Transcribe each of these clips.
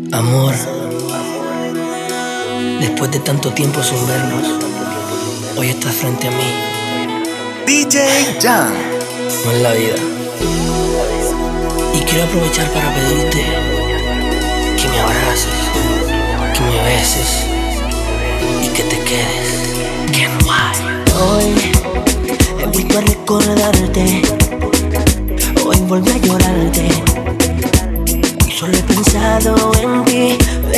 Amor, después de tanto tiempo sin vernos, hoy estás frente a mí. DJ Jan. No es la vida. Y quiero aprovechar para pedirte que me abraces, que me beses y que te quedes. Que no hay. Hoy he vuelto a recordarte, hoy volví a llorarte. Y solo he pensado en ti,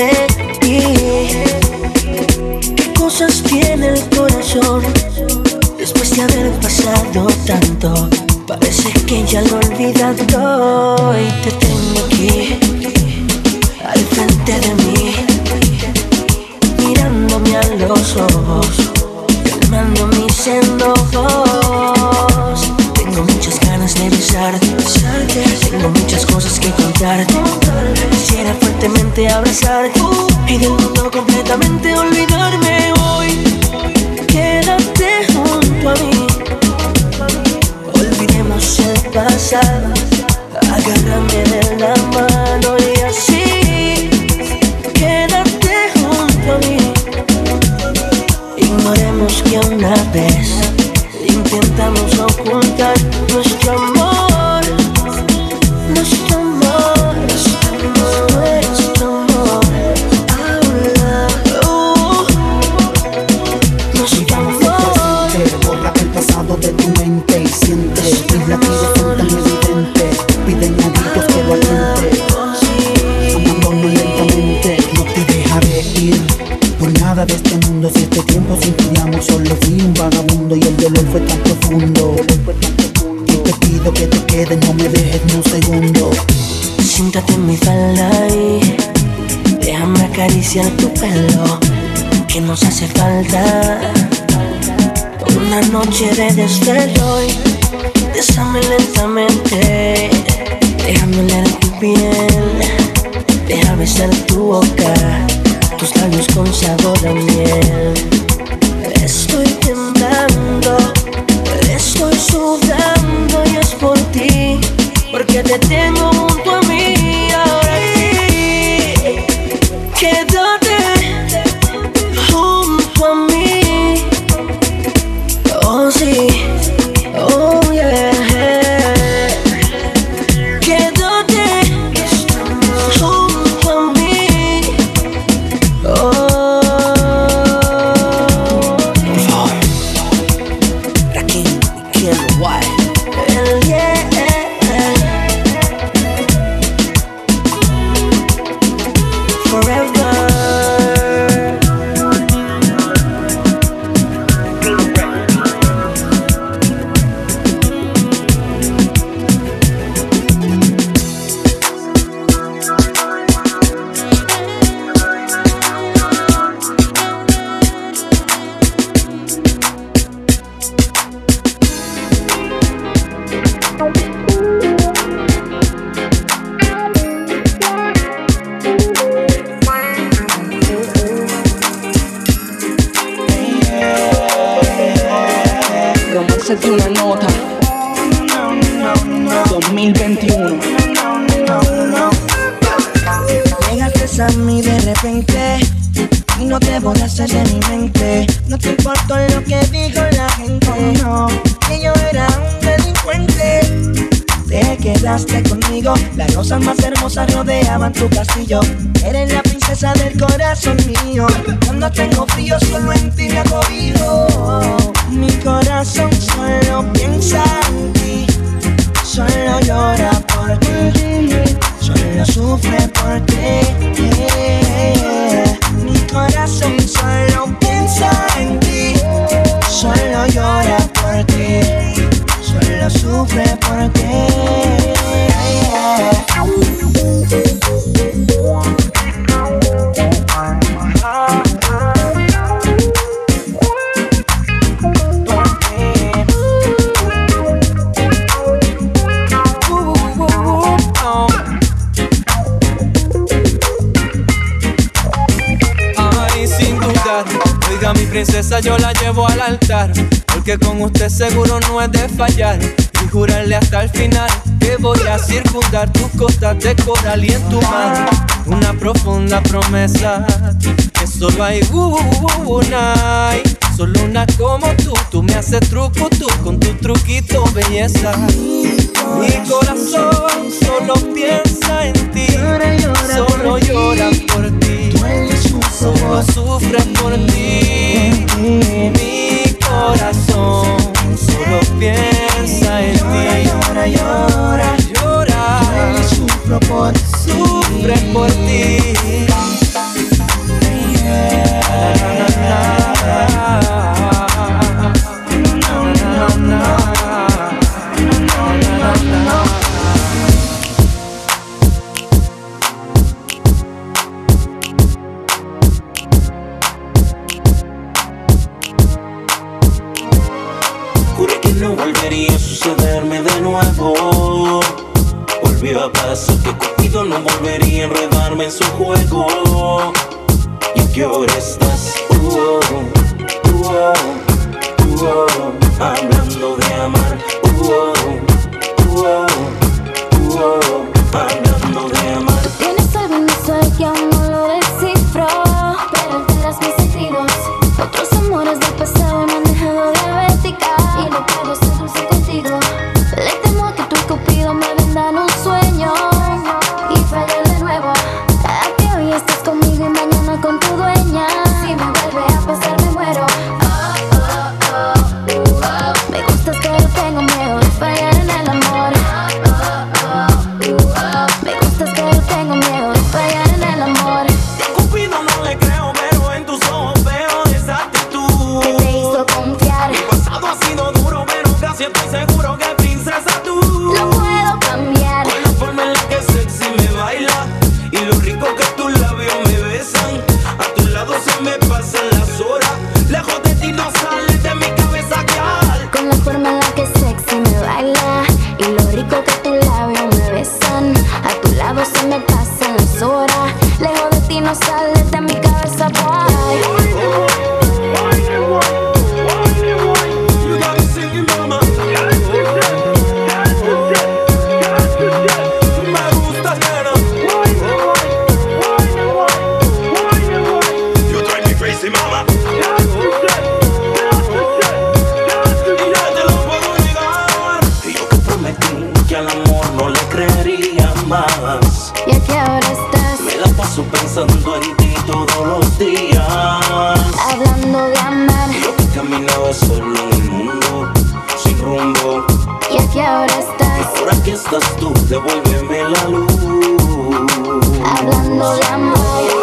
¿Qué cosas tiene el corazón? Después de haber pasado tanto, parece que ya lo he olvidado. Y te tengo aquí, al frente de mí, mirándome a los ojos, calmando mis enojos. Tengo muchas ganas de besarte, tengo muchas cosas que contarte. Quisiera fuertemente abrazarte y del mundo completamente olvidarme hoy. Quédate junto a mí, olvidemos el pasado, agárrame de la mano y así. Quédate junto a mí, ignoremos que una vez intentamos ocultar nuestro amor, nuestro amor, nuestro amor. Nuestro amor. Borra el pasado de tu mente y siente mis latidos son tan evidentes. Piden a Dios que lo aliente, amándolo lentamente. No te dejaré ir por nada de este mundo. Si este tiempo sin tu amor solo fui un vagabundo y el dolor fue tan profundo. Y te pido que te quedes, no me dejes ni un segundo. Siéntate en mi falda y déjame acariciar tu pelo, que nos hace falta una noche de desvelo. Y bésame lentamente, déjame oler tu piel, déjame ser tu boca, tus labios con sabor a miel. Estoy temblando, estoy sudando y es por ti, porque te tengo junto a mí. Ahora sí, quédate junto a mí. Oh sí, oh yeah. Quédate junto a mí. Oh, Por favor, Rakim, Ken, Wild. yeah. Forever. Románzate una nota 2021. Llegaste a mí de repente y no te borraste de mi mente. No te importó lo que dijo la gente, no, que yo era un delincuente. Te quedaste conmigo, las rosas más hermosas rodeaban tu castillo. Eres la princesa del corazón mío. Cuando tengo frío solo en ti me acobijo. Mi corazón solo piensa en ti, solo llora por ti, solo sufre por ti. Mi corazón solo piensa en ti, solo llora por ti, solo sufre por ti. Ay, sin dudar, oiga mi princesa, yo la llevo al altar, porque con usted seguro no es de fallar. Y jurarle hasta el final que voy a circundar tus costas de coral y en tu mar una profunda promesa, que solo hay una, solo una como tú me haces truco tú, con tu truquito belleza. Mi corazón solo piensa en ti, solo llora por ti, solo sufre por ti. Mi corazón solo piensa en ti, llora, sufre por ti. Juré que no volvería a sucederme de nuevo. Volvió a pasar que Cupido no volvería a enredarme en su juego. ¿Y a qué hora estás? Hablando de amar. Hablando de amar. Tienes algo en mi ser que aún no lo descifro, pero alteras mis sentidos. Otros amores del pasado me han dejado diabética, y no puedo ser dulce contigo. Le temo a que tú y Cupido me vendan un sueño y fallar de nuevo. A que hoy estás conmigo y mañana con tu dueña. Si me vuelve a pasar me muero. Me gustas pero tengo miedo de fallar en el amor. Me gustas pero tengo miedo de fallar en el amor. A Cupido no le creo, pero en tus ojos veo esa actitud Que te hizo confiar. Mi pasado ha sido duro, pero casi estoy seguro que princesa tú Lo puedo cambiar. con la forma en la que sexy me baila y lo rico que tus labios me besan. A tu lado se me pasan las horas, lejos de ti no sales de mi cabeza, girl. Con la forma en la que sexy me baila y lo rico que tus labios me besan. A tu lado se me pasan las horas, lejos de ti no sales de mi cabeza, boy. You got me singing, mama. Me gusta, nena. You drive me crazy, mama. Y ya te lo puedo negar. Y yo que prometí que al amor no le creería más. ¿Y a qué hora estás? Me la paso pensando en ti todos los días. Hablando de amar. Yo que caminaba solo en el mundo, sin rumbo. ¿Y a qué hora estás? Ahora que estás tú, devuélveme la luz. Hablando de amor.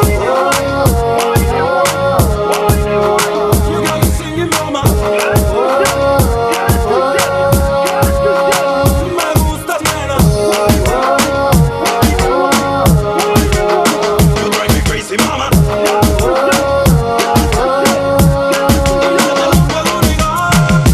You got me singing, mama. Me gustas, nena. You drive me crazy, mama. Y ya te lo puedo negar.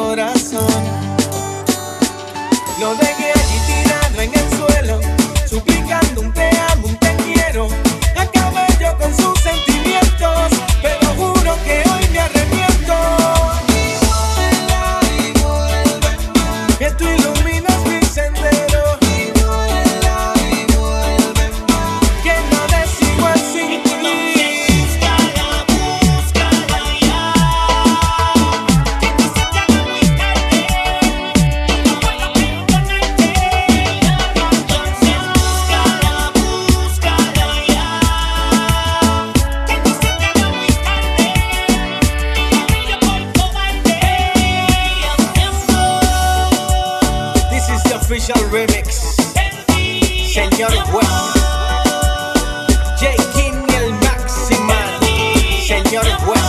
corazón. Lo dejé allí tirado en el suelo, suplicando un te amo, un te quiero. Acabé yo con sus sentimientos, pero juro que hoy me arrepiento. Que tú iluminas mi sendero, que nada es igual sin ti. Official remix, Señor West, J. King y el Maximal, Señor West.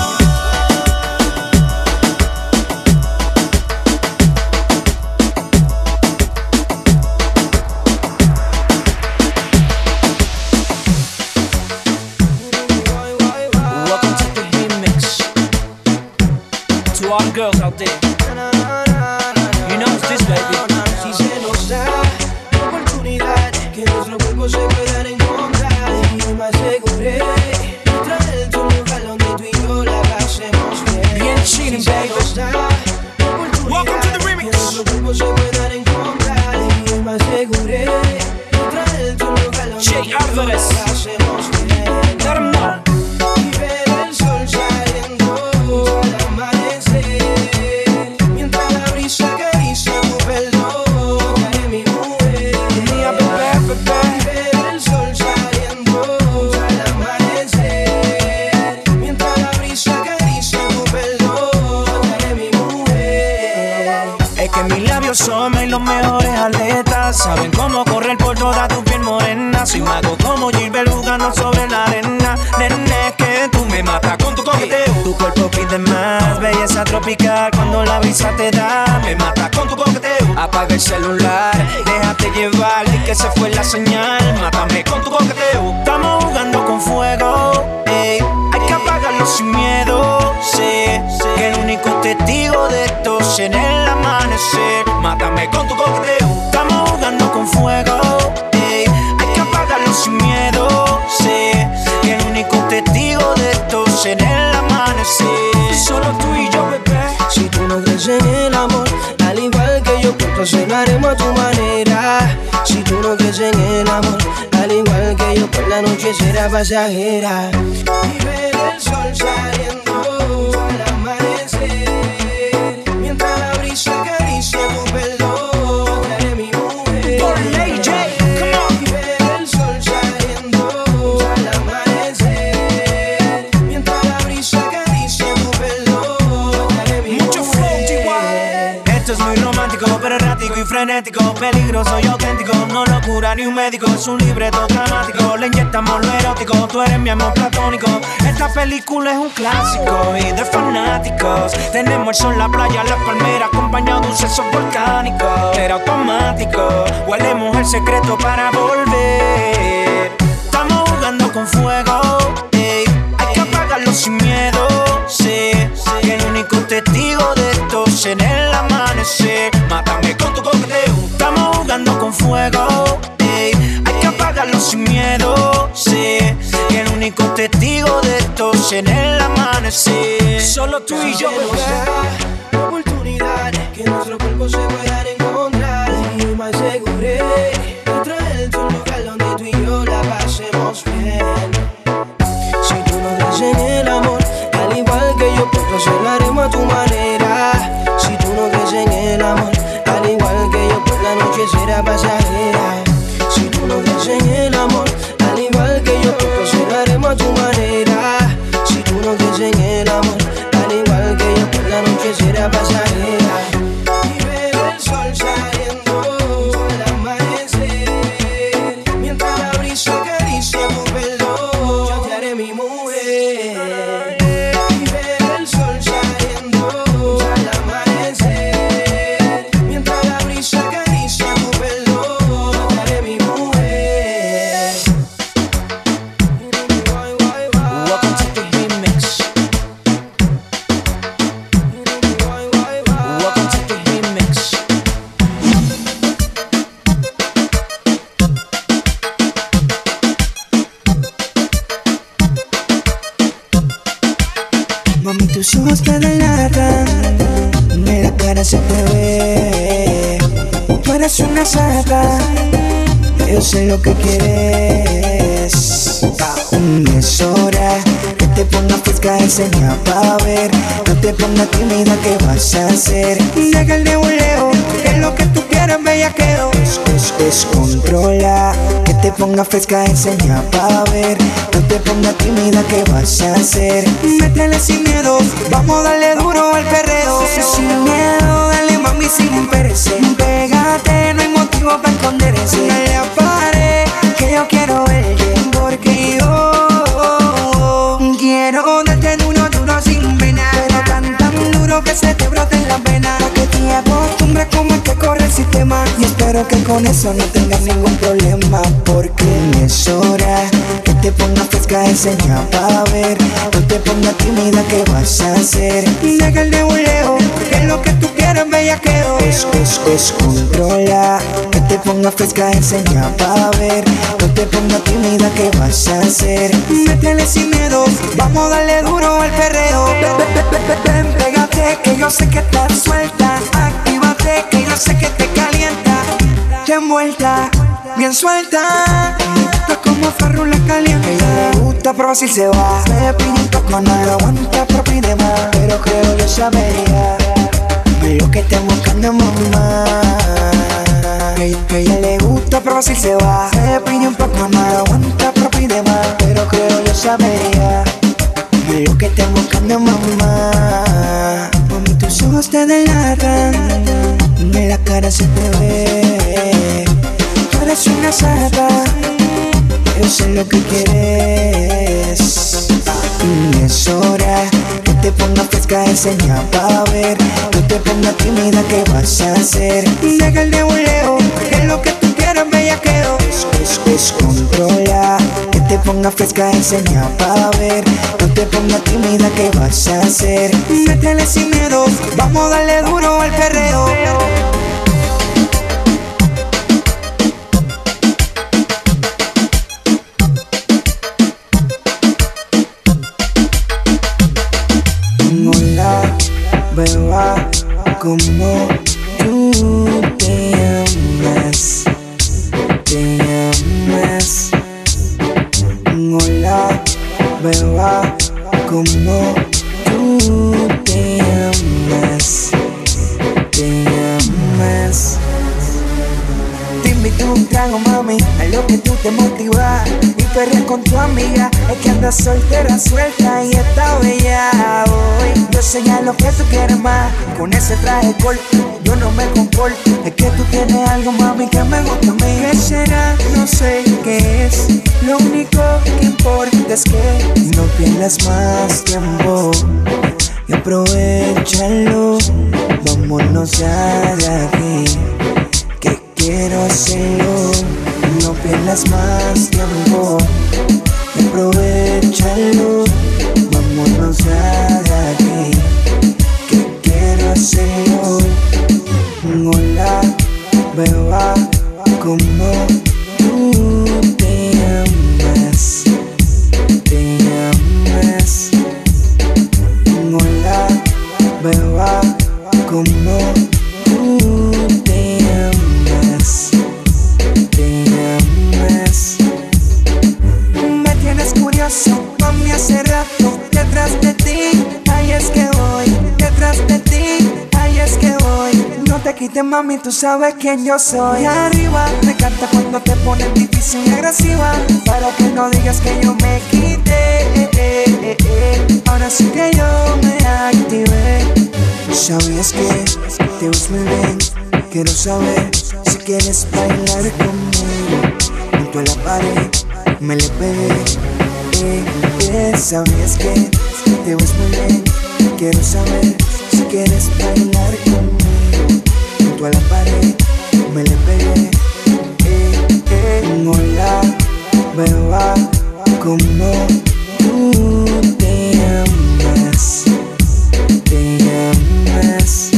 Welcome to the remix. To all the girls out there, you know it's this, baby. Que nuestro cuerpo se puedan encontrar. Y me aseguré traer tu lugar donde tú y yo la pasemos bien. Bien cheating, baby. Welcome to the remix. Que nuestro cuerpo se puedan encontrar. Y me aseguré traer tu lugar donde tú y yo la pasemos bien. Let 'em know. Y ver el sol saliendo al amanecer, mientras la brisa acaricia tu pelo, cae mi mujer. Ver el sol saliendo al amanecer, mientras la brisa acaricia tu pelo, cae mi mujer. Es que mis labios son los mejores atletas, saben cómo correr por toda tu piel morena. Soy mago como Gilbert jugando sobre la arena. Nene, es que tú me matas con tu coqueteo. Tu cuerpo pide más, belleza tropical. Cuando la brisa te da, me mata con tu coqueteo. Apaga el celular, déjate llevar, di que se fue la señal. Mátame con tu coqueteo. Estamos jugando con fuego, ey. Hay que apagarlo sin miedo, sé que el único testigo de esto es en el amanecer. Mátame con tu coqueteo. Estamos jugando con fuego, ey. Hay que apagarlo sin miedo, sé que el único testigo de esto es en el amanecer. Solo tú y yo, bebé. Si tú no crees en el amor, al igual que yo, pues entonces lo haremos a tu manera. Si tú no crees en el amor, al igual que yo, pues la noche será pasajera. Y ver el sol saliendo al amanecer, mientras la brisa acaricia tu pelo, cae mi mujer. Y ver el sol saliendo al amanecer, mientras la brisa acaricia tu pelo, cae mi mujer. Esto es muy romántico, pero errático y frenético, peligroso y auténtico, no lo cura ni un médico, es un libreto dramático, le inyectamos lo erótico, tú eres mi amor platónico. Esta película es un clásico y de fanáticos, tenemos el sol, la playa, las palmeras, acompañado de un sexo volcánico. Era automático, guardemos el secreto para volver. Estamos jugando con fuego, ey. Hay que apagarlo sin miedo, sé que el único testigo de esto es en el amanecer. Mátame con tu coqueteo. Estamos jugando con fuego, ey. Hay que apagarlo sin miedo, sé que el único testigo de esto es en el amanecer. Solo tú y yo, bebé. La oportunidad que nuestro cuerpo se puedan encontrar. Y me aseguré de traerte un lugar donde tú y yo la pasemos bien. Si tú no crees en el amor, al igual que yo, pues entonces lo haremos a tu manera. Si tú no crees en el amor, al igual que yo, pues la noche será pasajera. Si tú no crees en el amor, al igual que yo, pues entonces lo haremos a tu manera. Si tú no crees en el amor, al igual que yo, pues la noche será pasajera. Y ver el sol saliendo al amanecer, mientras la brisa acaricia tu pelo, yo te haré mi mujer. Y ver el sol saliendo ojos te delatan, de la cara se te ve. Tú eres una sata, yo sé lo que quieres. Es hora que te pongas fresca, enseña pa' ver. No te pongas tímida, ¿qué vas a hacer? Deja el nebuleo, que es lo que tú quieres, bellaqueo. Controla, que te pongas fresca, enseña pa' ver. No te pongas tímida, ¿qué vas a hacer? Métele sin miedo, vamos a darle duro al perreo. Sin miedo, dale mami sin perece. Pégate, no hay motivo para esconderse. Dale a pared, que yo quiero verte, porque yo quiero darte duro, duro sin pena. Pero tan duro que se te broten las venas. Pa' que te acostumbres como es que corre el sistema. Y espero que con eso no tengas ningún problema, porque es hora que te pongas fresca, enseña pa' ver. No te pongas tímida, ¿qué vas a hacer? Deja el nebuleo, que es lo que tú quieres, bellaqueo. Controla, que te pongas fresca, enseña pa' ver. No te pongas tímida, ¿qué vas a hacer? Métele sin miedo, vamos a darle duro al perreo. Ven, pégate, que yo sé que estás suelta. Actívate, que yo sé que te calienta. Te envuelta, bien suelta. Tú como farrula caliente. Ella le gusta probar si se va. Se pide un poco, no lo aguanta, pero pide más. Pero creo yo sabería lo que estás buscando, mamá. Que ella le gusta probar si se va. Se pide un poco, no lo aguanta, pero pide más. Pero creo yo sabería lo que estás buscando, mamá. Mami, tus ojos te delatan, de la cara se te ve. Tú eres una sata, yo sé lo que quieres. Es hora que te pongas fresca, enseña pa' ver. No te pongas tímida, ¿qué vas a hacer? Deja el nebuleo, que es lo que tú quieres, bellaqueo. Controla, que te pongas fresca, enseña pa' ver. No te pongas tímida, ¿qué vas a hacer? Métele sin miedo, vamos a darle duro al perreo. Beba, como tú te amas, te amas. Hola, beba, como tú te amas, te amas. Te invito a un trago, mami, a lo que tú te motivas. Y perreas con tu amiga, es que andas soltera, suelta y está bella hoy. Yo señalo que tú quieres más, con ese traje corto yo no me comporto. Es que tú tienes algo, mami, que me gusta a mí. ¿Qué será? No sé qué es. Lo único que importa es que no pierdas más tiempo y aprovechalo. Vámonos ya de aquí, que quiero hacerlo. No pierdas más tiempo y aprovechalo. Vámonos ya de aquí, que quiero hacerlo. Hola, beba, como tú te amas, te amas. Hola, beba, como tú te amas, te amas. Me tienes curioso, mami, hace rato detrás de ti. Ahí es que voy, detrás de ti. Ahí es que voy. No te quites, mami, tú sabes quién yo soy. Arriba, me encanta cuando te pones difícil y agresiva, para que no digas que yo me quité. Ahora sí que yo me activé. ¿Sabías que te ves muy bien? Quiero saber si quieres bailar conmigo. Junto a la pared me le pegué. ¿Sabías que te ves muy bien? Quiero saber si quieres bailar conmigo. Junto a la pared me le pegué. Hola, beba, como tú te amas, te amas.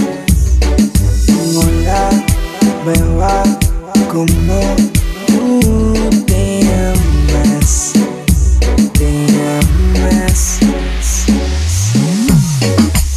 Hola, beba, como tú te amas, te amas.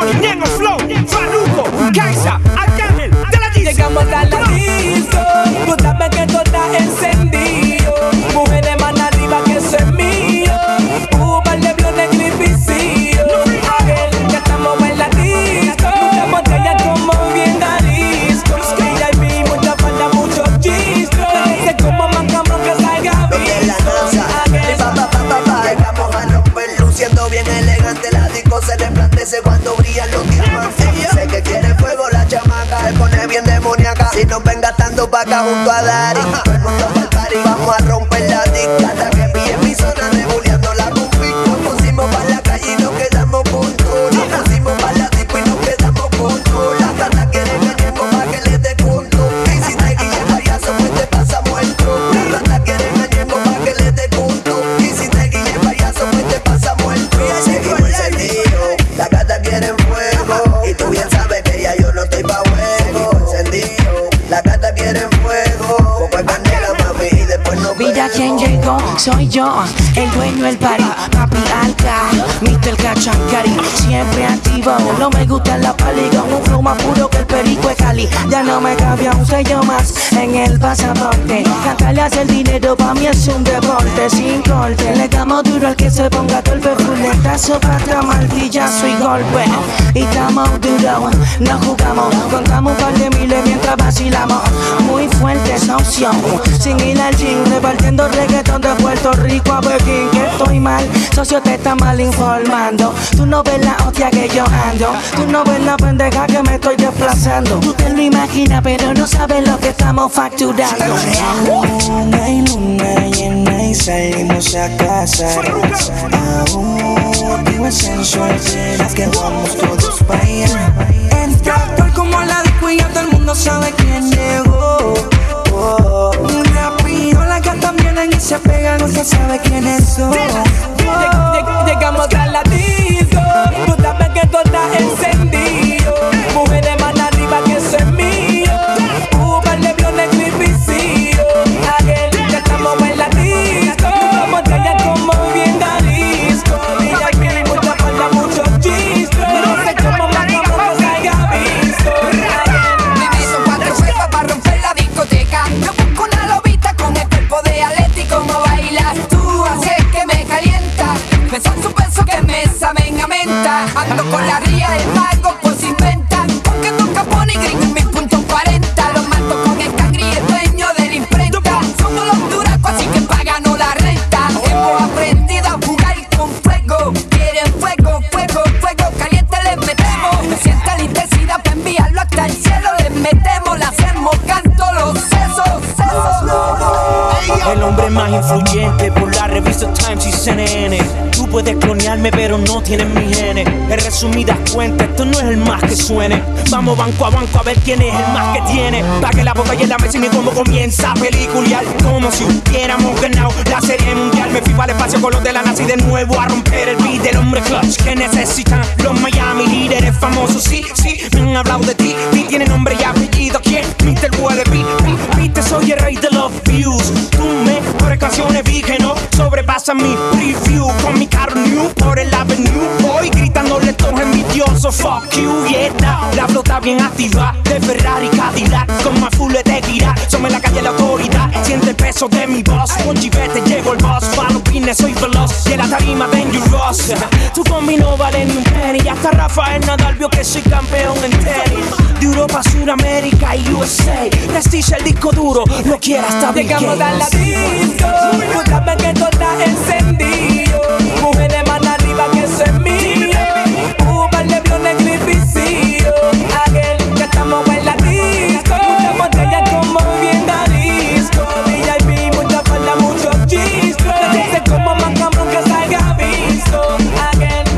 Ñengo Flow, Farruko, Kaisa, Arcángel, de la disco. Llegamos a la disco, tú sabes que todo está encendido. Mujeres más arriba que eso es mío. Par de blones gripicillo. A ver, ya estamos en la disco. Muchas botellas como bien disco. Y hay mi mucha falta, muchos chistros. Se como más cabrón que salga llegamos a romper luciendo bien elegante. La disco se resplandece cuando brillan los diamantes. Sé que quiere fuego la chamaca, se pone bien demoníaca. Si nos ven gastando pa' acá junto a Dari, todo el mundo pa'l party, vamos a romper la disca. Hasta que pille mi zona, rebuleando la compi. Nos pusimos pa' la calle y nos quedamos con todo. Nos pusimos pa' la disco y nos quedamos con todo. Las gatas quieren gañemos pa' que les dé conto. Y si te guille payaso, pues te pasa muerto. Las gatas quieren gañemos pa' que les dé conto. Y si te guille payaso, pues te pasa muerto. Seguimos encendido, las gatas quieren fuego. Y tú bien sabes que ya yo no estoy pa' juego. Encendido, las gatas quieren fuego. Poco de candela, mami, y después no Mira quién llegó, soy yo, el dueño del party, papi Alca, Mr. Cachancari, siempre activo, no me gusta la pali, con un flow más puro que el perico de Cali, ya no me cambia un sello más en el pasaporte, cantarle hace el dinero pa' mí es un deporte, sin corte, le damos duro al que se ponga torpe, fuletazo, pata, martillazo y golpe, y estamos duros, no jugamos, contamos un par de miles mientras vacilamos, muy fuerte esa opción, sin ir al gym, repartiendo reggaetón de Puerto Rico a Pekín. Que estoy mal, socio te está mal informando. Tú no ves la hostia que yo ando. Tú no ves la pendeja que me estoy desplazando. Tú te lo imaginas pero no sabes lo que estamos facturando. Luna y luna llena y salimos a casa. Aún vivo sensual, serás que vamos todos pa' allá. Entra como la disco y ya todo el mundo sabe quién llegó. Rápido las gatas vienen y se pegan, no se sabe quiénes son. Llegamos a la disco, tú sabes que todo está encendido. Mujeres más arriba que eso es mío. Par de blones gripicillo. Aquel ya estamos en la disco. Botellas como bien disco. Y hay mucha falta, muchos chistros. No sé cómo más cabrón que salga visto. Bebé, son 4 huevos para romper la discoteca. Yo busco una lobita con el cuerpo de Atlético. Como bailas tú, haces que me calienta. Besos su beso que me saben a menta. Ando con la ría del mago, pues inventa. Porque tú capone y gringo en 1000.40. Los mato con el cangri, el dueño de la imprenta. Somos los duracos, así que páganos la renta. Hemos aprendido a jugar con fuego. Quieren fuego, fuego, fuego. Caliente les metemos. Siente la intensidad para enviarlo hasta el cielo. Les metemos, le hacemos canto los sesos, sesos. El hombre más influyente por la revista Times y CNN. Tú puedes clonearme pero no tienes mi genes. En resumidas cuentas, esto no es el más que suene. Vamos banco a ver quién es el más que tiene. Pa' que la boca y en la mesa y cómo comienza a peliculear. Como si hubiéramos ganado la serie mundial. Me fui para el espacio con los de la NASA y de nuevo a romper el beat del hombre clutch que necesitan los Miami líderes famosos. Sí, sí, me han hablado de ti. Ti tiene nombre y apellido. ¿Quién? Mr. Weatherby. Viste, soy el rey de los views. Tú mejores canciones vi que no sobrepasan mi preview. Con mi carro new por el avenue. Voy gritándole todos envidiosos. Fuck you, yeah, now. La flota bien activa de Ferrari Cadillac. Con más full de tequila. Somos en la calle la autoridad. Siente el peso de mi voz. Con chivete llevo el boss. Pa' los pines soy veloz. Y en la tarima dangerous. Tú con mí no vale ni un penny. Y hasta Rafael Nadal vio que soy campeón en tenis. De Europa, Suramérica y USA. Prestige el disco duro. Lo quiera hasta Big Games. Llegamos a la disco. Tú sabes que todo está encendido. Mujeres más arriba que eso es mío. Par de blones gripicillo. Aquel ya estamos en la disco. Muchas botellas como bien disco. VIP, mucha falta, muchos chistros. Sé como más cabrón que salga visto. Aquel.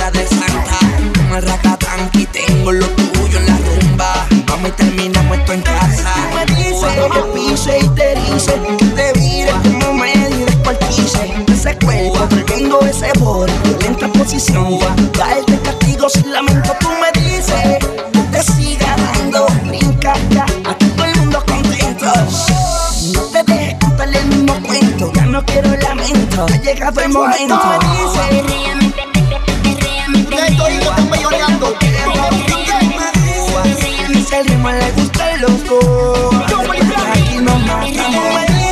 vestida de santa. Como el racatranqui, tengo lo tuyo en la rumba. Vamos y terminamos esto en casa. Tú me dices que pise y te dice que te vire como medio y descuartice. Ese cuerpo, tremendo ese body, violenta posición. Caerte castigo sin lamento. Tú me dices que te siga dando, brinca acá, aquí todo el mundo contento. No te dejes contarle el mismo cuento, ya no quiero lamento, ha llegado el momento. Tú me dices si al ritmo le gusta el loco, aquí nos matamos.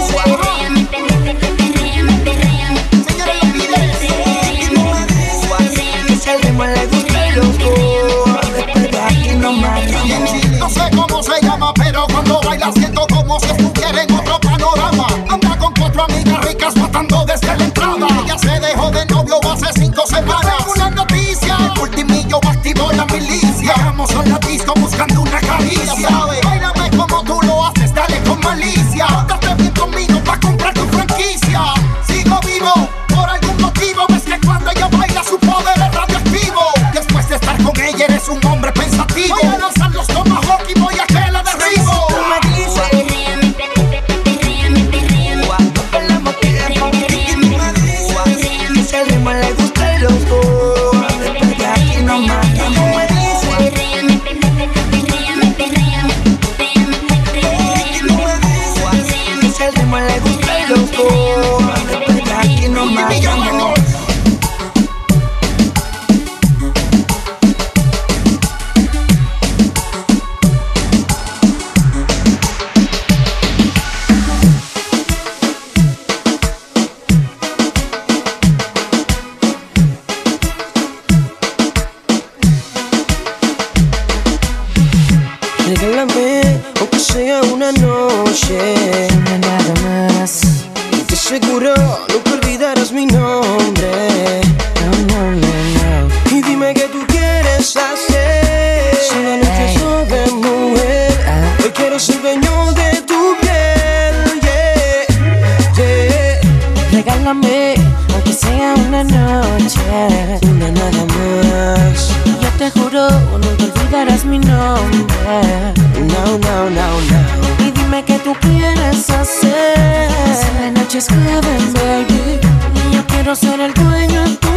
Si al ritmo le gusta el loco, después de aquí nos matamos. No sé cómo se llama, pero cuando baila siento como si estuviera en otro panorama. Anda con 4 amigas ricas matando desde la entrada. Ella se dejó de novio hace 5 semanas. Una noticia, el ultimillo activó la milicia. Vamos a la disco buscando una caricia. Báilame como tú lo haces, dale con malicia. Date bien conmigo pa' comprar tu franquicia. Sigo vivo, por algún motivo. Ves que cuando ella baila su poder es radioactivo. Después de estar con ella eres un hombre pensativo. Voy a lanzar los tomahawk y voy a que la derribo. Tú me dices cuando perdemos tiempo. Si al ritmo le gusta el loco, después de aquí nos matamos. Tú me dices si al ritmo le gusta el loco, después de aquí nos matamos. Regálame, aunque sea una noche, una nada más. y te seguro nunca olvidarás mi nombre. No. Y dime qué tú quieres hacer. Si la noche sobre mujer, hoy quiero ser dueño de tu piel. Regálame, aunque sea una noche, una nada más. yo te juro, nunca olvidarás mi nombre. No. Y dime qué tú quieres hacer. Si la noche es joven, baby, yo quiero ser el dueño de tu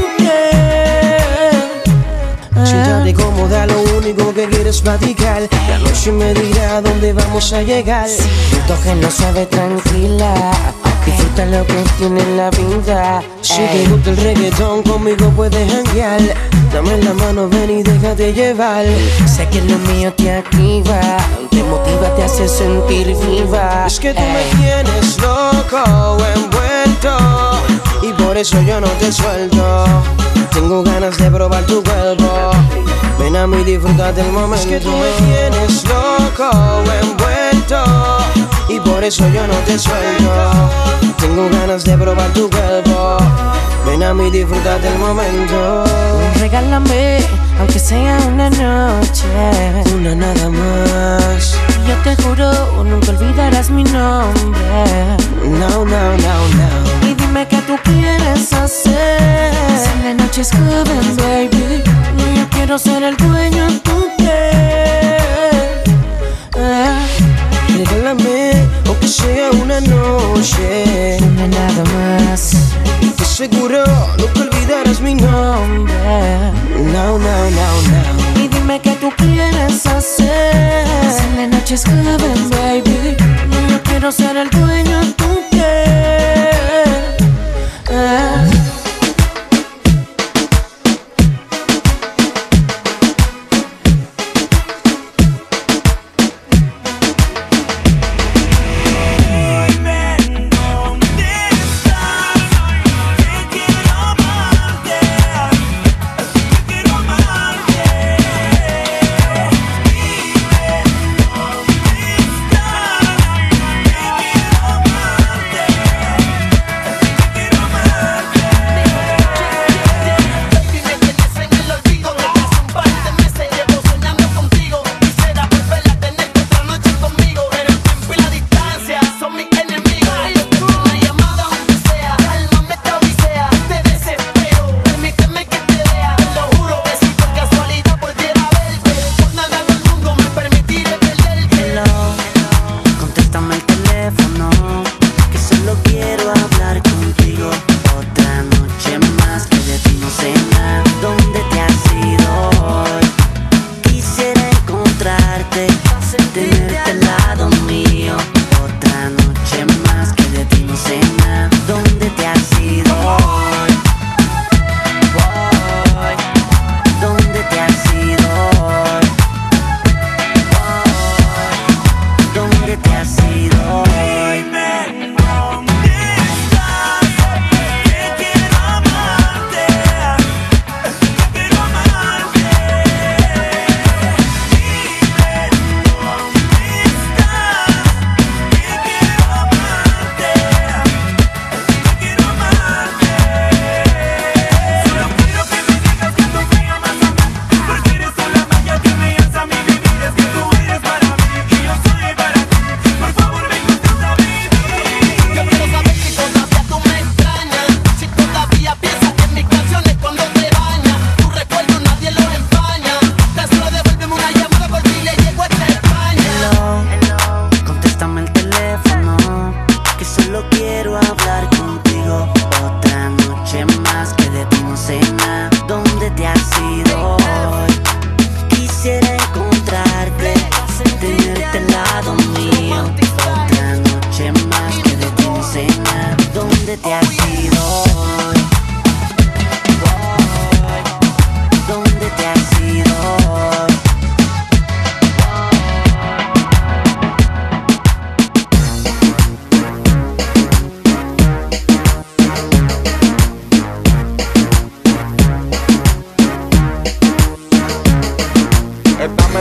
piel. Siéntate cómoda, lo único que quieres platicar. La noche me dirá dónde vamos a llegar. Tu que no sabe tranquila, disfruta lo que tiene en la vida. Si te gusta el reggaetón, conmigo puedes janguear. Dame la mano, ven y déjate llevar. Sé que lo mío te activa, te motiva, te hace sentir viva. Es que tú me tienes loco, envuelto, y por eso yo no te suelto. Tengo ganas de probar tu cuerpo, ven a mí, disfruta del momento. Es que tú me tienes loco, envuelto, y por eso yo no te suelto. Tengo ganas de probar tu cuerpo, ven a mí, disfruta del momento. Regálame, aunque sea una noche, una nada más. yo te juro, nunca olvidarás mi nombre. No. Y dime qué tú quieres hacer. Si la noche es joven, baby, yo quiero ser el dueño de tu piel. Regálame, aunque sea una noche, una nada más. y te seguro nunca olvidarás mi nombre. No. Y dime qué tú quieres hacer. Si la noche es joven, baby, yo quiero ser el dueño de tu piel.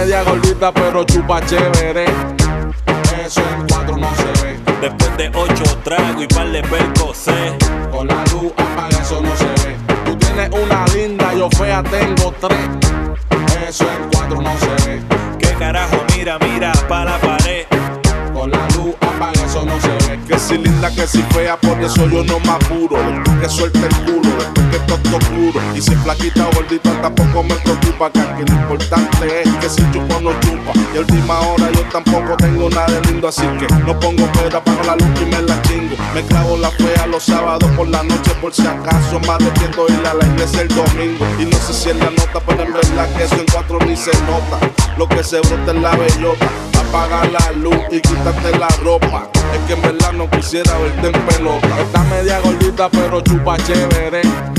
media gordita pero chupa chévere. Eso en 4 no se ve. Después de 8 tragos y par de percocé. Con la luz apaga, eso no se ve. Tú tienes una linda, yo fea tengo 3. Eso en 4 no se ve. ¿Qué carajo? Mira, mira pa' la pared. Con la luz apaga, eso no se ve. Que si linda, que si fea, por eso yo no me apuro. Después que suelte el culo, después que todo oscuro. Y si flaquita o gordita tampoco me preocupa, que aquí lo importante es que si chupa o no chupa. Y a última hora yo tampoco tengo nada de lindo, así que no pongo pera, apago la luz y me la chingo. Me clavo la fea los sábados por la noche por si acaso. Me arrepiento ir a la iglesia el domingo. Y no sé si es la nota, pero en verdad que eso en 4 ni se nota. Lo que se brota es la bellota. Apaga la luz y quítate la ropa. Es que en verdad no quisiera verte en pelota. Está media gordita pero chupa chévere.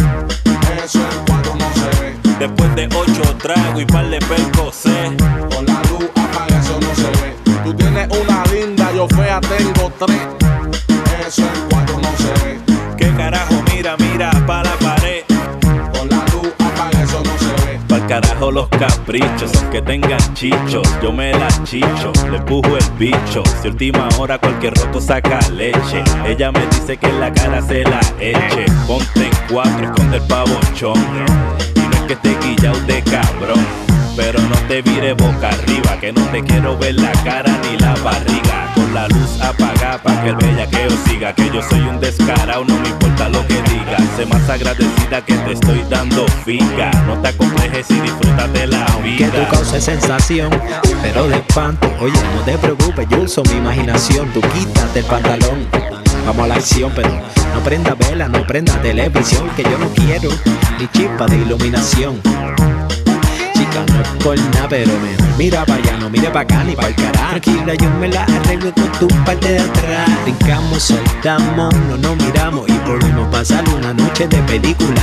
Eso en 4 no se ve. Después de 8 tragos y par de percocé. Con la luz apaga, eso no se ve. Tú tienes una linda, yo fea tengo 3. Eso en 4 no se ve. ¿Qué carajo? Mira, mira pa' la pared. Con la luz apaga, eso no se ve. Pa'l carajo los caprichos, aunque tengan chichos, yo me la chicho, le empujo el bicho. Si a última hora cualquier roto saca leche, ella me dice que en la cara se la eche. Ponte en 4, esconde el pavochón. Y no es que esté guillao de cabrón, pero no te vires boca arriba, que no te quiero ver la cara ni la barriga. Con la luz apagada pa' que el bellaqueo siga, que yo soy un descarao, no me importa lo que digas. Sé más agradecida que te estoy dando figa. No te acomplejes y disfrútate la vida. Que tú causes sensación, pero de espanto. Oye, no te preocupes, yo uso mi imaginación. Tú quítate el pantalón, vamos a la acción, pero no prenda vela, no prenda televisión, que yo no quiero ni chispa de iluminación. Chica, no es por nada, pero mejor mira para allá, no mire para acá ni para el carajo. Tranquila, yo me la arreglo con tu parte de atrás. Brincamos, saltamos, no nos miramos y podemos pasar una noche de película.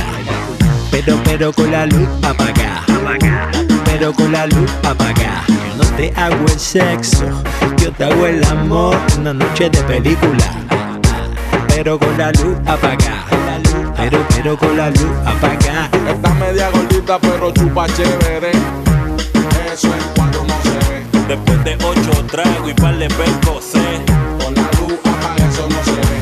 Pero con la luz apagada. Pero con la luz apagada. Yo no te hago el sexo, yo te hago el amor. Una noche de película. Pero con la luz apagada. Pero con la luz apagada. Está media gordita pero chupa chévere. Eso en 4 no se ve. Después de 8 tragos y par de percocé. Con la luz apaga, eso no se ve.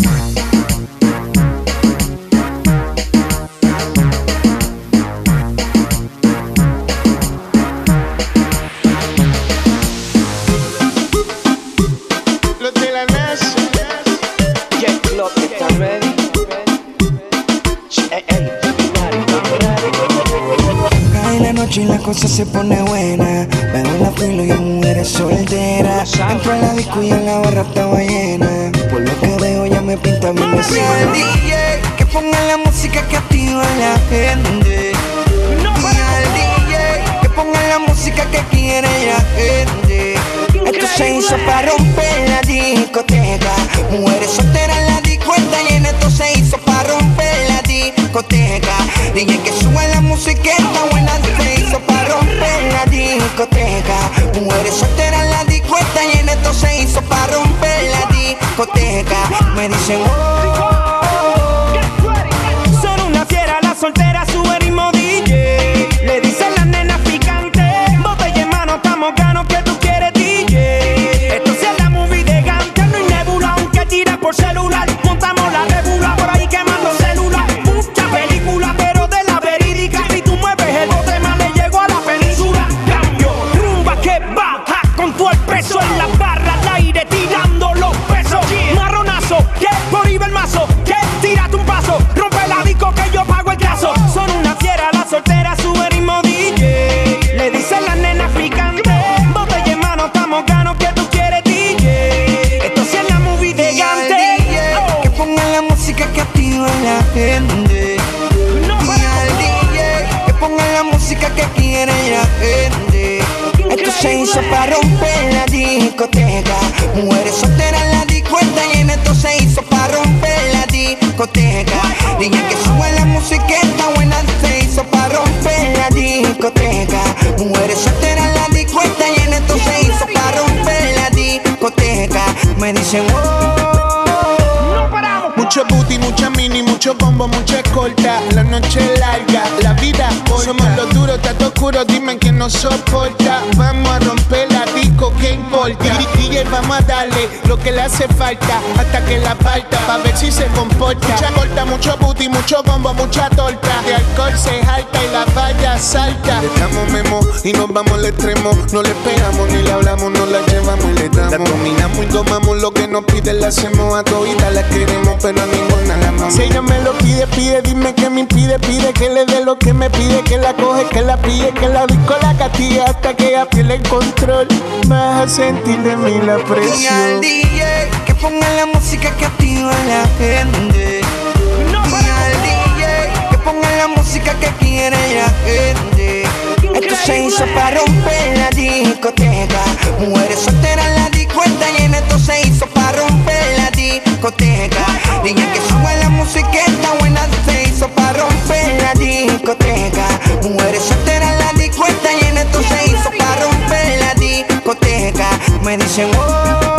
Los de la NASA. Jet Club está ready. Cae la noche y la cosa se pone buena. Veo la fila y mujeres solteras. Entro a la disco y en la barra estaba llena. Por lo que veo ya me pinta mi vecina. Al DJ que ponga la música que activa a la gente. Y al DJ que ponga la música que quiere la gente. Esto se hizo para romper la discoteca. Mujeres solteras en la disco está llena. Esto se hizo para romper la discoteca. DJ que sube la música está buena. Se hizo para romper la discoteca. Mujeres solteras en la disco está llena. Esto se hizo para romper la discoteca. Me dicen son una fiera, las solteras sube ritmo DJ. Le dicen las nenas picantes, botella en mano, estamos ganos que tú quieres DJ. Esto sí es la movie de Gante, no hay nebula, aunque tira por celular. Montamos la regula por ahí quemando celular. Mucha película, pero de la verídica. Si tú mueves el bote más le llego a la península. Cambio, rumba que baja con todo el peso en la barra al aire tirando los pesos. Marronazo, que por ahí va el mazo, que tírate un paso, rompe la disco que yo pago el caso. Son una fiera, las solteras sube ritmo DJ. Le dicen las nenas picantes, botella en mano, estamos ganos que tú quieres DJ. Esto sí es la movie de Gante. que ponga la música que activa a la gente. Y al DJ que ponga la música que quiere la gente. Esto se hizo para romper la discoteca. Mujeres solteras en la disco está llena. Esto se hizo para romper la discoteca. DJ que sube la música está buena. Se hizo para romper la discoteca. Mujeres solteras en la disco está llena. Esto se hizo para romper la discoteca. Me dicen mucho booty, mucha mini, mucho bombo, mucha escolta. La noche es larga, la vida corta. Somos los duros, está oscuro, dime quién nos soporta. Vamos a romper la disco, ¿qué importa? DJ, vamos a darle lo que le hace falta hasta que la parta, pa' ver si se comporta. Mucha corta, mucho booty, mucho bombo, mucha torta. De alcohol se jalta y la valla salta. Le damos memo y nos vamos al extremo. No le pegamos ni le hablamos, no la llevamos y le damos. La dominamos y domamos lo que nos pide, la hacemos a toditas, la queremos pero a ninguna la amamos. Si ella me lo pide, pide, dime que me impide, pide que le dé lo que me pide, que la coge, que la pille, que la disco la castiga hasta que ella pierde el control. Vas a sentir de mí la presión. Y al DJ que ponga la música que activa a la gente. Y al DJ que ponga la música que quiere la gente. Esto se hizo para romper la discoteca. Mujeres solteras la di cuenta y en esto se hizo para romper la discoteca. DJ que suba la música está buena, se hizo para romper la discoteca. Mujeres solteras la di cuenta y en esto se hizo para romper la discoteca. Me dicen oh.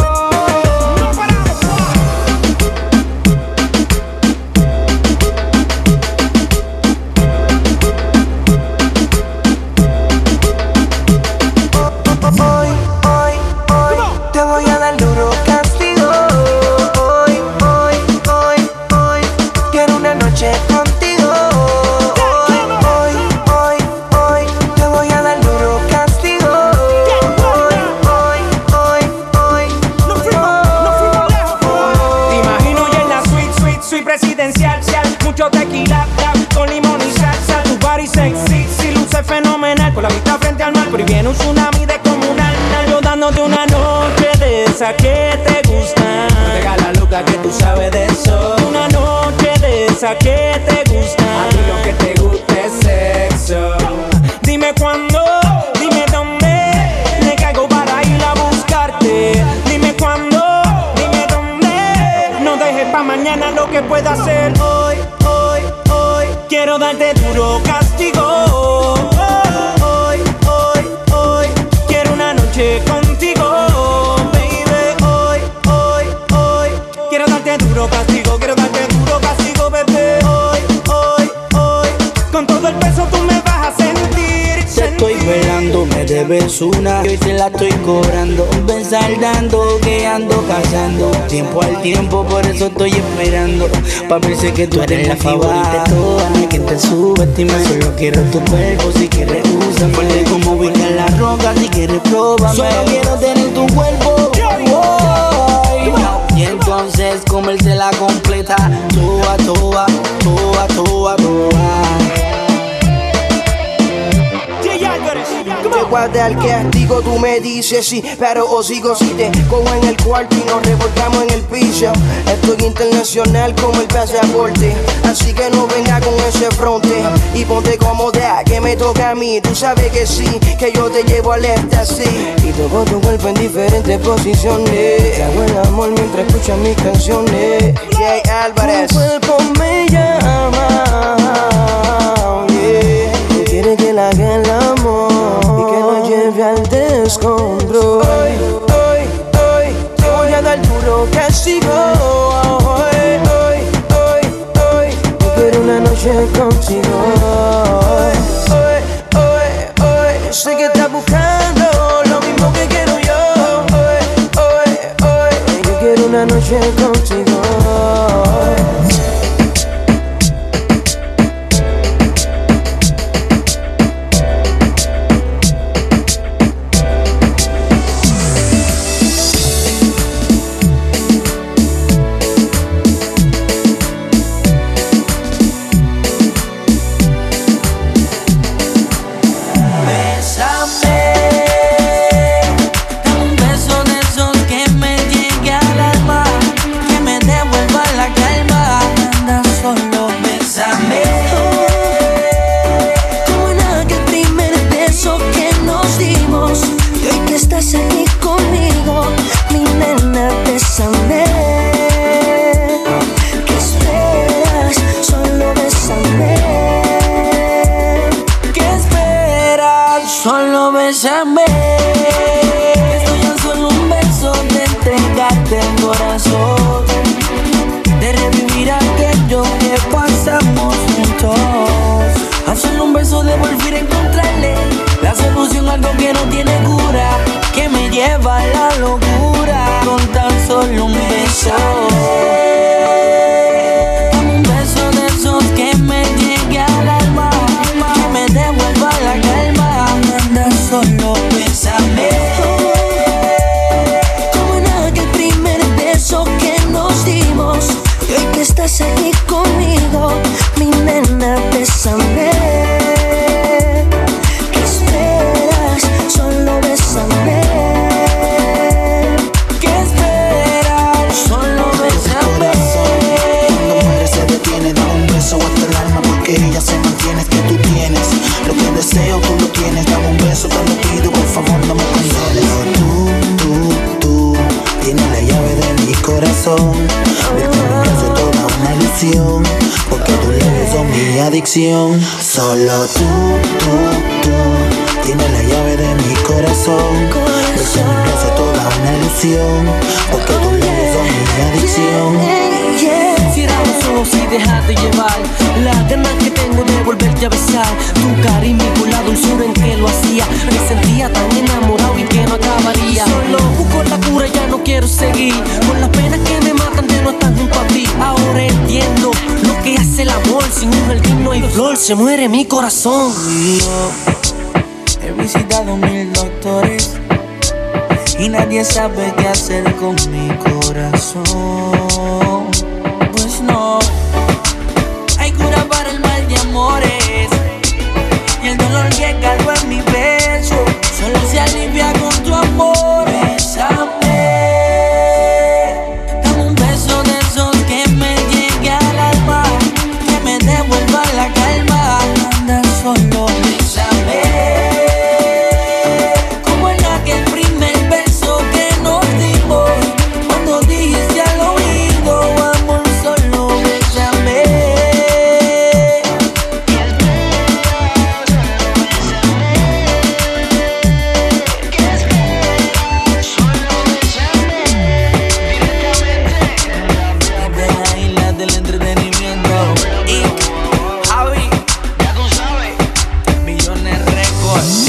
Mucho tequila, con limón y salsa. Tu body sexy, si luce fenomenal. Con la vista frente al mar, pero viene un tsunami descomunal. Yo dándote una noche de esa que te gusta. Pega la loca que tú sabes de eso. Una noche de esa que te gusta. A ti lo que te gusta es sexo. Dime cuándo, dime dónde. Le caigo para ir a buscarte. Dime cuándo, dime dónde. No dejes pa' mañana lo que pueda hacer hoy. Quiero darte duro castigo. Hoy, quiero una noche contigo, baby. Hoy, quiero darte duro castigo. Quiero darte duro castigo, bebé. Hoy, con todo el peso tú me vas a sentir. Te estoy velando, me debes una. Y hoy te la estoy cobrando. Ven saldando, que ando cazando. Tiempo al tiempo, por eso estoy esperando. Pa' verse que tú eres la favorita de todas. No hay quien te subestima, solo quiero tu cuerpo. Si quieres usa, fuerte como Villa en la roca. Si quieres pruébame, solo quiero tener tu cuerpo. Y entonces comérsela completa. Toa. Te guarde al castigo, tú me dices sí, pero os sigo si te cojo en el cuarto y nos revolcamos en el piso. Estoy internacional como el pasaporte, así que no venga con ese fronte. Y ponte cómoda, que me toca a mí, tú sabes que sí, que yo te llevo al éxtasis. Y toco tu cuerpo en diferentes posiciones. Te hago el amor mientras escuchas mis canciones. Jay Álvarez. Tu cuerpo me llama, yeah. Tú quieres que le haga el amor lleve al descontrol. Hoy, te voy a dar duro castigo. Hoy, yo quiero una noche contigo. Hoy, sé que estás buscando lo mismo que quiero yo. Hoy, yo quiero una noche contigo. Que solo bésame. Como en aquel primer beso que nos dimos, y hoy que estás aquí conmigo, mi nena, bésame. ¿Qué esperas? Solo bésame. ¿Qué esperas? Solo bésame. Cuando mueres se detiene, da un beso hasta el alma, porque ella se mantiene, es que tú tienes lo que deseo, tú lo tienes. Dame un beso, te lo pido, por favor no me condenes. Tú tienes la llave de mi corazón. Virtual es toda una ilusión, porque tus labios son mi adicción. Solo tú tienes la llave de mi corazón. Virtual es toda una ilusión, porque tus labios son mi adicción. Cierra los ojos y déjate llevar. Las ganas que tengo de volverte a besar. Tu cariño y la dulzura en que lo hacía. Me sentía tan enamorado y que no acabaría. Solo busco la cura, ya no quiero seguir con las penas que me matan de no estar junto a ti. Ahora entiendo lo que hace el amor. Sin un jardín no hay flor, se muere mi corazón. Yo he visitado 1000 doctores y nadie sabe qué hacer con mi corazón. Pues no hay cura para el mal de amores, y el dolor que cargo en mi pecho solo se alivia con tu amor. Bésame, dame un beso de esos que me llegue al alma, que me devuelva la calma. Anda solo, bésame, como en aquel primer beso que nos dimos, cuando dijiste al oído, amor, solo bésame. De la isla del entretenimiento y Javi, ya tú sabes, Millones Records.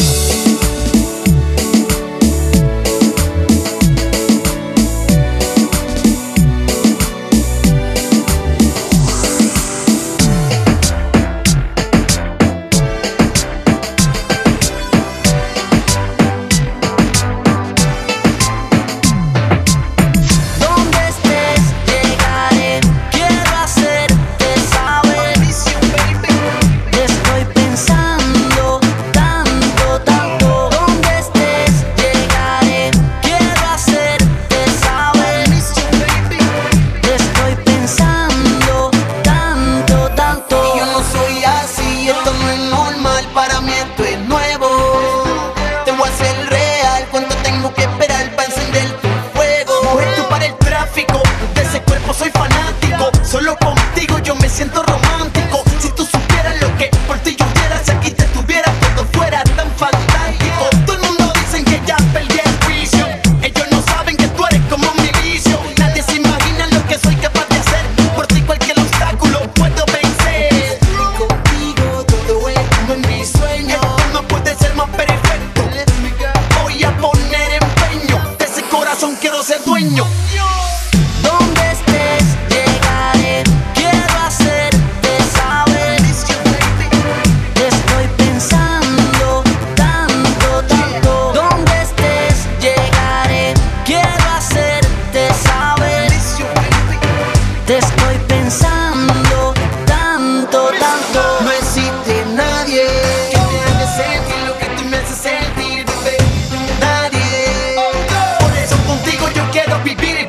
Donde estés, llegaré. Quiero hacerte saber. Te estoy pensando tanto. Donde estés, llegaré. Quiero hacerte saber. Te estoy pensando tanto. Y yo no soy así, esto no es normal, para mí esto es nuevo. Te voy a hacer real, cuánto tengo que esperar para encender tu fuego. Mujer, tú para el tráfico, de ese cuerpo soy fanático. Solo contigo yo me siento romántico. Si tú supieras lo que por ti yo diera, si aquí te tuviera, todo fuera tan fantástico. Todo el mundo dicen que ya perdí el juicio. Ellos no saben que tú eres como mi vicio. Nadie se imagina lo que soy capaz de hacer. Por ti cualquier obstáculo puedo vencer. Contigo todo es como en mi sueño. Esto no puede ser más perfecto. Voy a poner empeño. De ese corazón quiero ser dueño. Donde estés, llegaré. Quiero hacerte saber. Te estoy pensando tanto. Donde estés, llegaré. Quiero hacerte saber. Te estoy pensando tanto. No existe nadie que me haga sentir lo que tú me haces sentir, bebé. Nadie. Por eso contigo yo quiero vivir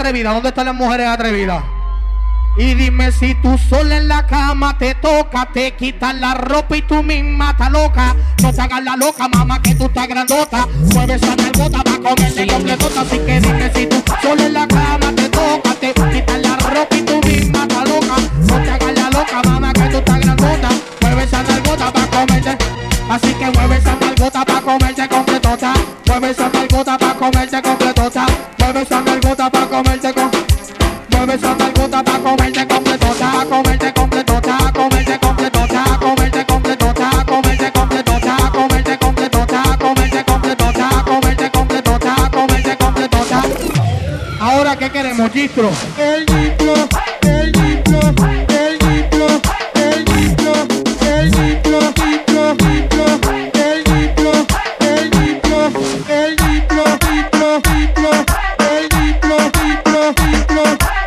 atrevidas? ¿Dónde están las mujeres atrevidas? Y dime si tú sola en la cama te toca, te quitas la ropa y tú misma estás loca. No te hagas la loca, mamá, que tú estás grandota. Mueves esa nalgota pa' comerse completota. Así que dime si tú sola en la cama te toca, te quitas la ropa y tú misma estás loca. No te hagas la loca, mamá, que tú estás grandota. Mueves esa nalgota pa' comerse. Así que mueve esa nalgota pa' comerse completota. Mueve esa nalgota pa' comerse completota. Mueve esa nalgota pa' comerse completota. Mueve esa nalgota pa' comerte completota, comerte completota, comerte completota, comerte completota, comerte completota, comerte completota, comerte completota, comerte completota, comerte completota. Ahora, ¿qué queremos, Gistro? El Gistro, el Gistro, el Gistro, el Gistro, el Gistro, Gistro, Gistro, el Gistro, el Gistro, el Gistro, Gistro, Gistro, el Gistro, Gistro, Gistro.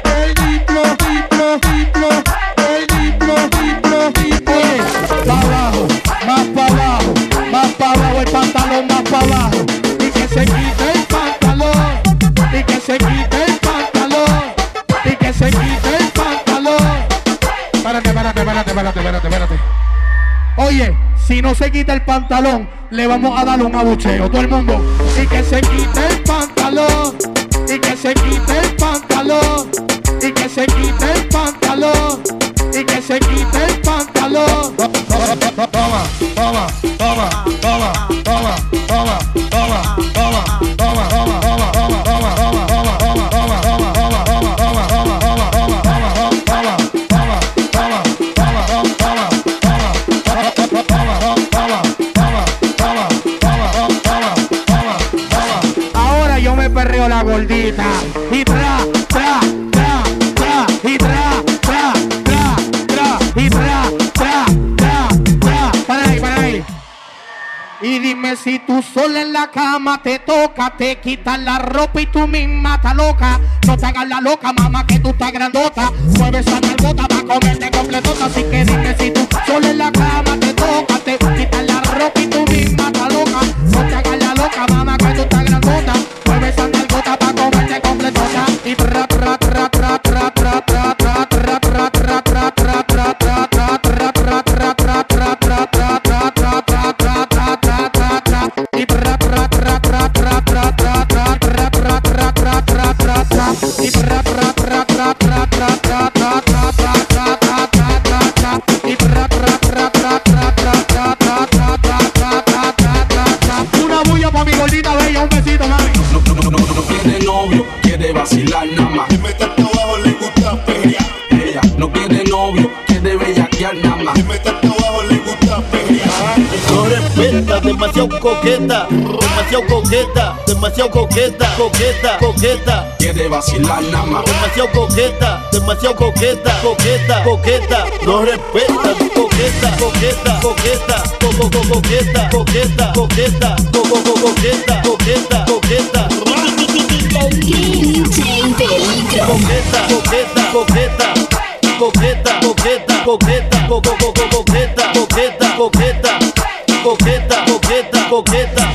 El pantalón más para abajo y que se quite el pantalón y que se quite el pantalón y que se quite el pantalón. Espérate. Oye, si no se quita el pantalón, le vamos a dar un abucheo, todo el mundo. Y que se quite el pantalón y que se quite el pantalón y que se quite el pantalón y que se quite el pantalón. Toma. Ahora yo me perreo la gordita y tra y tra y tra. Para ahí. Y dime si tú sola en la cama te toca, te quitas la ropa y tú misma estás loca. No te hagas la loca, mamá, que tú estás grandota. Mueves esa nalgota pa' comerte completota. Así que dime si tú sola en la cama te toca, te quitas la ropa y tú misma estás loca. No te hagas la loca, mamá, que tú estás grandota. Mueves esa nalgota pa' comerte completota. Y tra una bulla pa' mi gordita bella, un besito, mami. No tiene novio, quiere vacilar nada más. Y meterte abajo le gusta pelear. Ella no quiere novio, quiere bellaquear nada más. Y meterte abajo le gusta pelear. No respeta, demasiado coqueta, demasiado coqueta, demasiado coqueta, coqueta. Quiere vacilar nada más. Demasiado coqueta, coqueta. No respeta, coqueta, coqueta. Coqueta.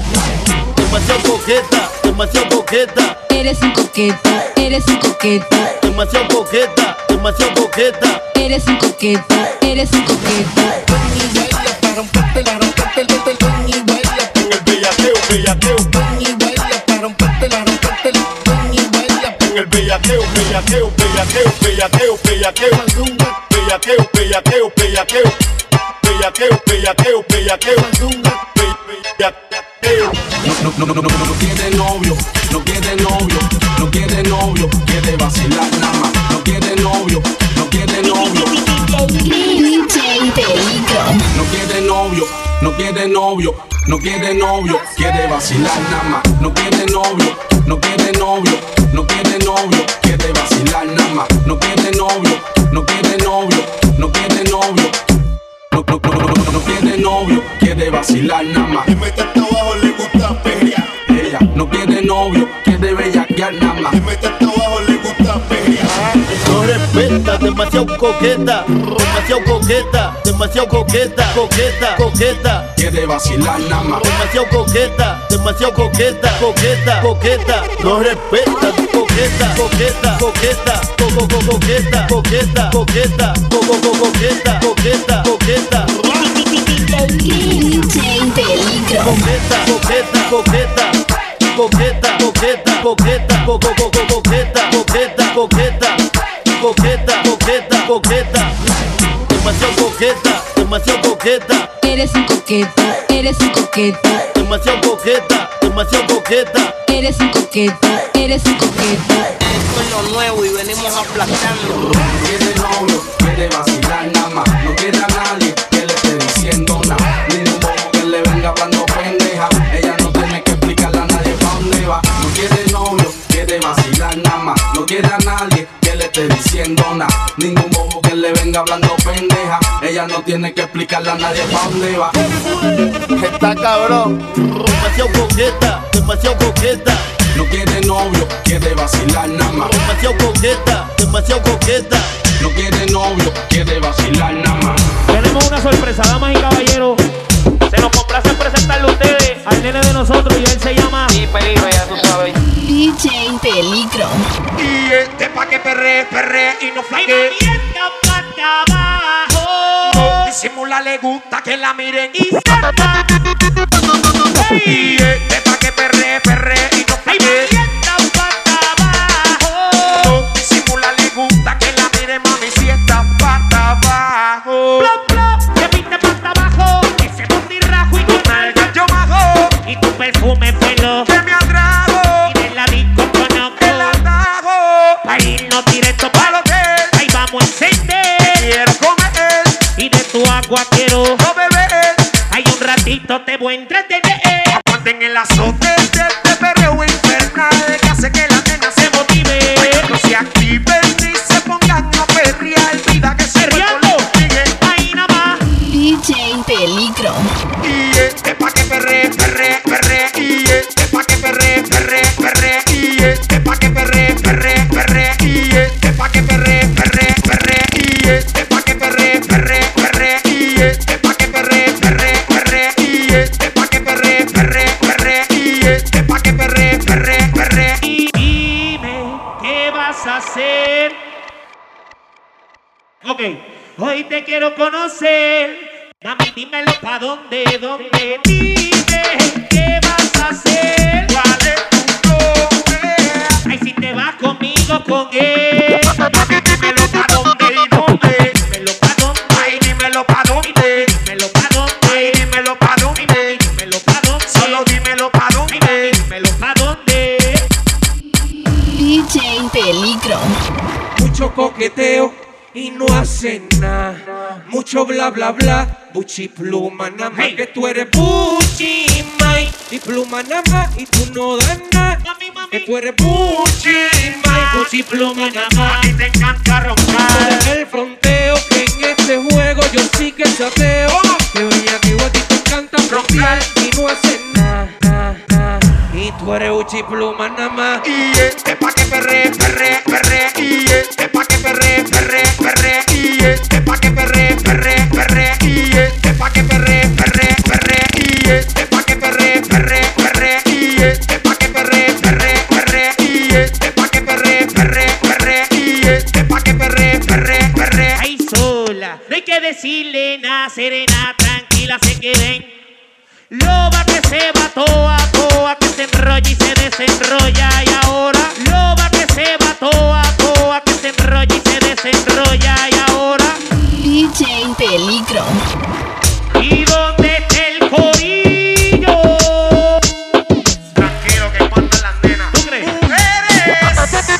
Demasiado coqueta. Eres un coqueta, eres un coqueta. Demasiado coqueta. Eres un coqueta, eres un coqueta. Para romperte la romperte el baila con el bellaqueo. Y baila para romperte la romperte y baila con el bellaqueo. No quiere novio, quiere vacilar nada más. No quiere novio. No quiere novio, quiere vacilar nada más. No quiere novio, quiere vacilar nada más. No quiere novio, quiere vacilar nada más. Y meterte abajo le gusta pelear. Ella no quiere novio, quiere bellaquear nada más. Y meterte abajo le gusta pelear. No respeta, demasiado coqueta, demasiado coqueta, coqueta, coqueta. Quiere vacilar nada más. Demasiado coqueta, coqueta, coqueta. No respeta, coqueta, coqueta, coqueta, coqueta, coqueta, coqueta, coqueta, coqueta, coqueta. DJ Peligro. Coqueta, coqueta, coqueta, coqueta, coqueta, coqueta, coqueta, coqueta, coqueta, coqueta, coqueta, coqueta. Demasiado coqueta, demasiado coqueta. Eres un coqueta, eres un coqueta. Demasiado coqueta, demasiado coqueta. Eres un coqueta, eres un coqueta. Esto es lo nuevo y venimos aplastando. Quiere novio, quiere vacilar nada más. No quiere a nadie que le esté diciendo nada. Ningún bobo que le venga hablando pendeja. Ella no tiene que explicarle a nadie pa' dónde va. No quiere novio, quiere vacilar nada más. No quiere a nadie que le esté diciendo nada. Ningún bobo que le venga hablando pendeja. Ella no tiene que explicarle a nadie pa' dónde va. Está cabrón. Demasiado coqueta, demasiado coqueta. No quiere novio, quiere vacilar nada más. Demasiado coqueta, demasiado coqueta. No quiere novio, quiere vacilar nada más. Tenemos una sorpresa, damas y caballeros. Se nos complace presentarle a ustedes al nene de nosotros y él se llama Peligro, ya tú sabes. DJ Peligro. Y este pa' que perre y no flaque. Pata abajo. No disimula, le gusta que la miren y se va. Y este pa' que perre y no flaque. Pata abajo. No disimula, le gusta que la miren, mami, si está pata abajo. Plop, plop, que viste pata abajo. Ese bondirrajo y tu nalga yo bajo. Y tu perfume fue lo que me atrajo. Y de la disco conozco el atajo. Pa' irnos directo pa' lo que ahí vamos a encender. Quiero comer y de tu agua quiero no beber. Hay un ratito te voy a entretener. Aguanten el azote de este perreo infernal que hace que la nena se motive. No se activen ni se pongan a perrear. Vida que se riendo. Ahí nada más. DJ Peligro. Y este pa' que perre. Y este pa' que perre. Y este pa' que perre. Y este pa' que perre. Y este pa' que perre. Y este pa' que perre. Y este pa' que perre. Y este pa' que perre. Y dime qué vas a hacer. Ok, hoy te quiero conocer. Mami, dímelo pa' dónde. Dime qué vas a hacer. ¿Cuál es tu nombre? Ay, si te vas conmigo, con él. Mami, dímelo pa' dónde y dónde. Dímelo pa' dónde. Ay, dímelo pa' dónde. Dímelo pa' dónde. Ay, dímelo pa' dónde. Dímelo pa' dónde. Solo dímelo pa' dónde. Dímelo pa' dónde. DJ Peligro. Mucho coqueteo y no hacen nada. Mucho bla bla bla. Buchi pluma nada más. Que tú eres Buchi Mai. Y pluma nada más. Y tú no das nada. Que tú eres Buchi Mai. Buchi pluma nada más. A ti te encanta roncar. El fronteo que en este juego yo sí que chateo. Que veía que a ti te encanta roncar. Y no hacen nada. Y tú eres Buchi pluma nada más. Y este pa' que perre. Y este pa' que perre. Y este pa' que perre. Y este pa' que perre. Y este pa' que perre. Y este pa' que perre. Y este pa' que perre. Y este pa' que perre. Ay, sola, no hay que decirle nada, serena, tranquila, se queden. Loba que se va toa, que se enrolla y se desenrolla. Y ahora, loba que se va toa, que se enrolla y se desenrolla. Y ahora, DJ Peligro. ¿y dónde está el corillo? Tranquilo que cuentan las nenas. ¿Tú crees? ¡Mujeres!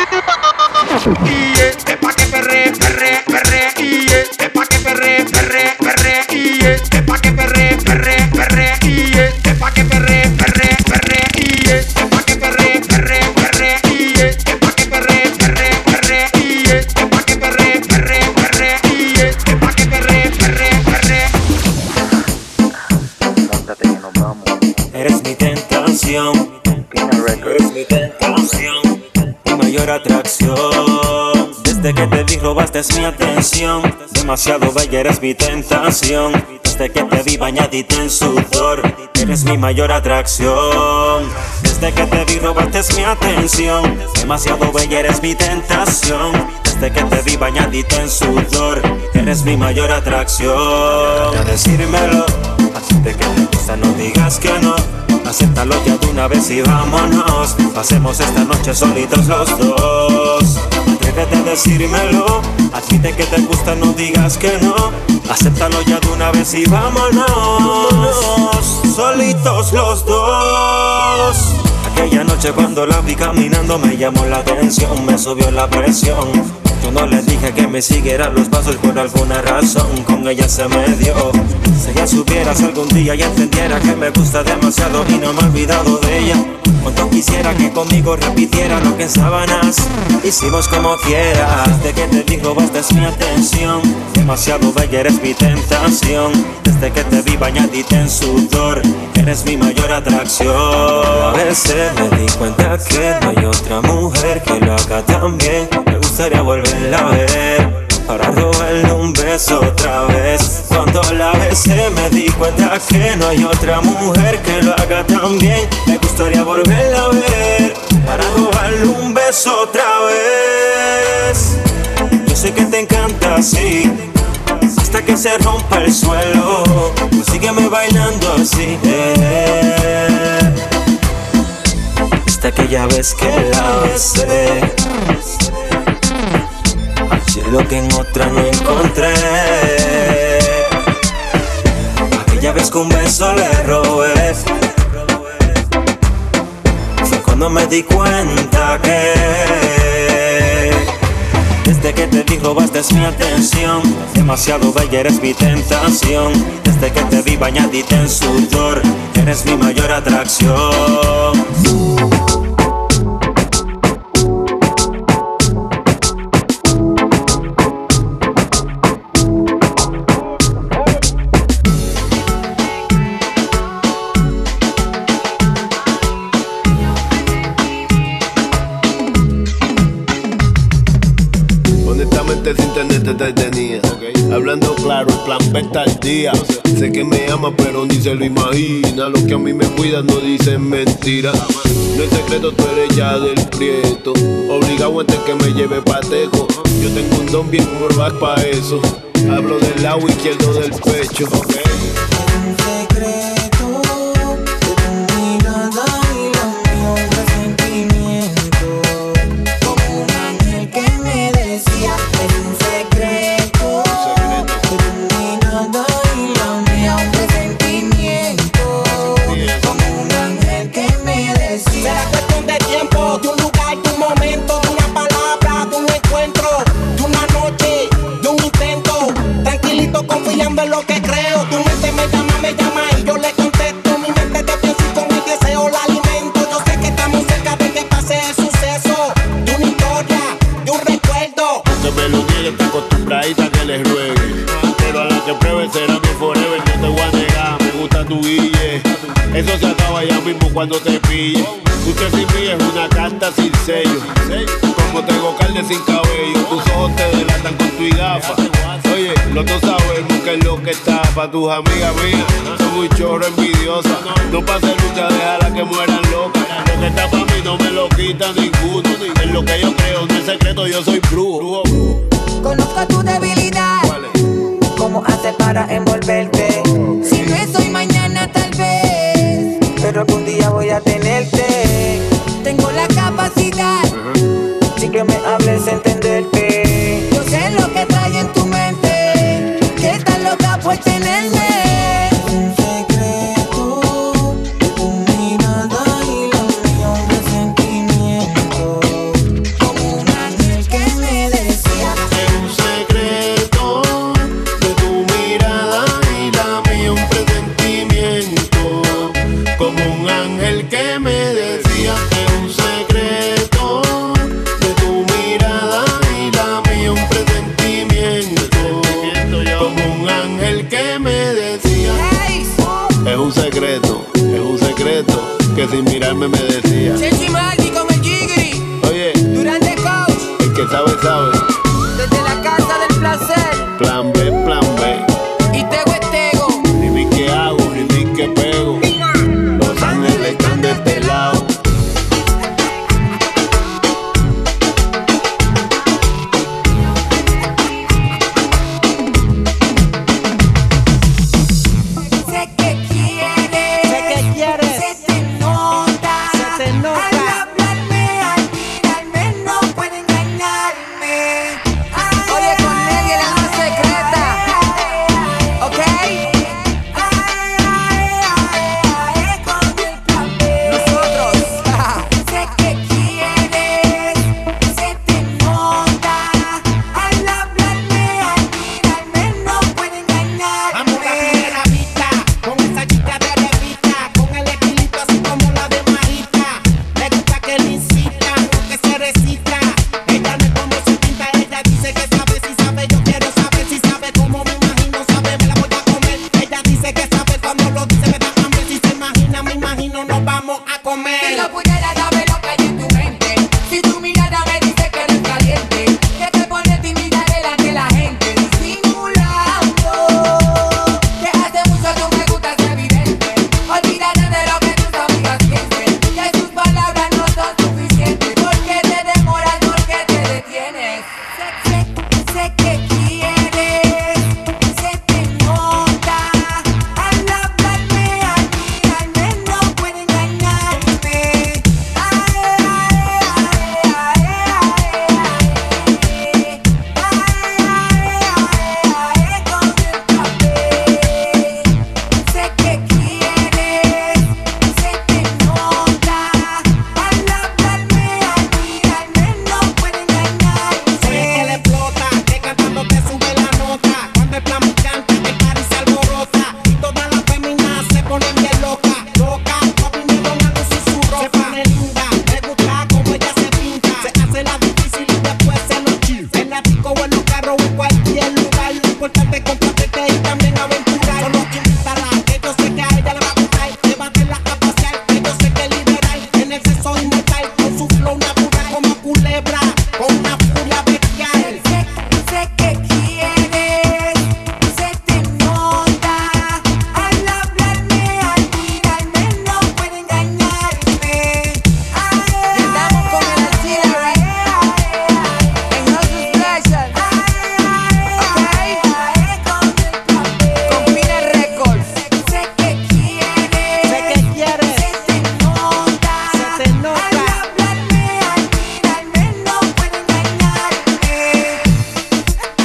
Y este pa' que perre. Y este pa' que perre. Y este pa' que perre. Y este pa' que perre. Y este pa' que perre. Y este pa' que perre. Y este pa' que perre. Y este pa' que perre. Móntate que nos vamos. Eres mi tentación. Eres mi tentación. Mi mayor atracción. Desde Desde que te vi robaste mi atención. Demasiado bella, eres mi tentación. Desde que te vi bañadita en sudor, eres mi mayor atracción. Desde que te vi robaste mi atención. Demasiado bella, eres mi tentación. Desde que te vi bañadita en sudor, eres mi mayor atracción. A decírmelo, de que te gusta no digas que no. Acéptalo ya de una vez y vámonos. Pasemos esta noche solitos los dos. Atrévete a decírmelo, a ti de que te gusta no digas que no. Acéptalo ya de una vez y vámonos. Solitos los dos. Aquella noche cuando la vi caminando me llamó la atención, me subió la presión. Yo no le dije que me siguiera los pasos por alguna razón, con ella se me dio. Si ella supieras algún día y entendiera que me gusta demasiado y no me he olvidado de ella. Cuanto quisiera que conmigo repitiera lo que en sábanas hicimos como quiera. Desde que te vi robaste mi atención. Demasiado bella, eres mi tentación. Desde que te vi bañadita en sudor, eres mi mayor atracción. A veces me di cuenta que no hay otra mujer que lo haga tan bien. Me gustaría volverla a ver para robarle un beso otra vez. Cuando la besé me di cuenta que no hay otra mujer que lo haga tan bien. Me gustaría volverla a ver para robarle un beso otra vez. Yo sé que te encanta así, hasta que se rompa el suelo. Pues sígueme bailando así, hasta aquella vez que la besé. Lo que en otra no encontré. Aquella vez que un beso le robé, fue cuando me di cuenta que desde que te vi robaste mi atención. Demasiado bella, eres mi tentación. Desde que te vi bañadita en sudor, eres mi mayor atracción. Sin internet te tenía, hablando claro, el plan B está al día. Sé que me ama pero ni se lo imagina. Los que a mí me cuidan no dicen mentira. No es secreto, tú eres ya del prieto. Obligado antes que me lleve pateco. Yo tengo un don bien curvas pa' eso. Hablo del lado izquierdo del pecho. Confiando en lo que creo, tu mente me llama y yo le contesto. Mi mente te pienso y con el deseo la alimento. Yo sé que estamos cerca de que pase el suceso, de una historia, de un recuerdo. Que me lo niegue, está acostumbradita a que les ruegue. Pero a la que pruebe será mi forever, no te voy a negar, me gusta tu guille. Eso se acaba ya mismo cuando te pille. Usted sin mí es una carta sin sello. Como tengo carne sin cabello, tus ojos te delatan con tu gafa. Oye, los dos sabemos que es lo que está. Pa' tus amigas mías, son muy chorro envidiosas. No pase lucha, déjala que mueran locas. Lo que está pa' mí no me lo quita ninguno. En lo que yo creo, no es secreto, yo soy brujo. Conozco tu debilidad. ¿Cómo haces para envolverte? Si no es hoy, mañana tal vez, pero algún día voy a tenerte. Tengo la capacidad, si que me hables, entenderte. Yo sé lo que trae en tu mente, que estás loca por tenerme. Un secreto de tu mirada y lo mío, un presentimiento, como un ángel que me decía. Es un secreto de tu mirada y la mía, un presentimiento, como un ángel que me decía. Es un secreto de tu mirada y la mía, un presentimiento, como un ángel que me decía. Es un secreto que sin mirarme me decía. Chenchi Maldi con el Jigri, Oye, Durante Coach. el que sabe, sabe. Plan B, plan B. Y tego es tego. Ni vi que hago, ni vi que pego. Los ángeles están de este lado. Sé que quieres, se te nota. Al hablarme, al mirarme, no puede engañarme. Oye, con Nelly el alma secreta, ¿ok? Nosotros. Sé que quieres, se te nota. Al hablarme, al mirarme, no puede engañarme. Vamos a la primera vista, con esa chica de revista, con el estilito así como la de Marita. Me gusta que le incita, no que se recita. Ella no es como se pinta, ella dice que sabe, si sabe, yo quiero saber si sabe, como me imagino, sabe, me la voy a comer. Ella dice que sabe, cuando lo dice me da hambre, si se imagina, me imagino, nos vamos a comer. Si no pudiera saber lo que hay en tu mente, si tu mirada me dice que eres caliente, que te pone tímida delante de la gente, disimulando, que hace mucho tú me gustas evidente, olvídate de lo que tus amigas piensen, que tus palabras no son suficientes, porque te demoras, porque te detienes. Sé que quieres, se te nota, al hablarme, al mirarme, no puede engañarme. Sé que quieres, se te nota, al hablarme, al mirarme, no puede engañarme. Soy el que le explota, que cantando te sube la nota. Cuando el plan canta, el party se alborota. Y todas las féminas se ponen bien loca. Loca, no vinieron a lucir su ropa. Se pone linda, me gusta como ella se pinta. Se hace la difícil y después se lo chill. En la disco o en los carros o en cualquier lugar. Lo importante es compartirte y también aventurar. Solo invítala, que yo sé que a ella le va a gustar. Llévatela a pasear, que yo sé que liberal. En el sexo inmortal, con su flow natural como culebra, con una furia bestial. Sé que quieres, se te nota, al hablarme, al mirarme, no puede engañarme. Y andamos con el artillery en Hustle Special, ¿ok? Con Pina Records. Sé que quieres, se te nota, al hablarme, al mirarme, no puede engañarme.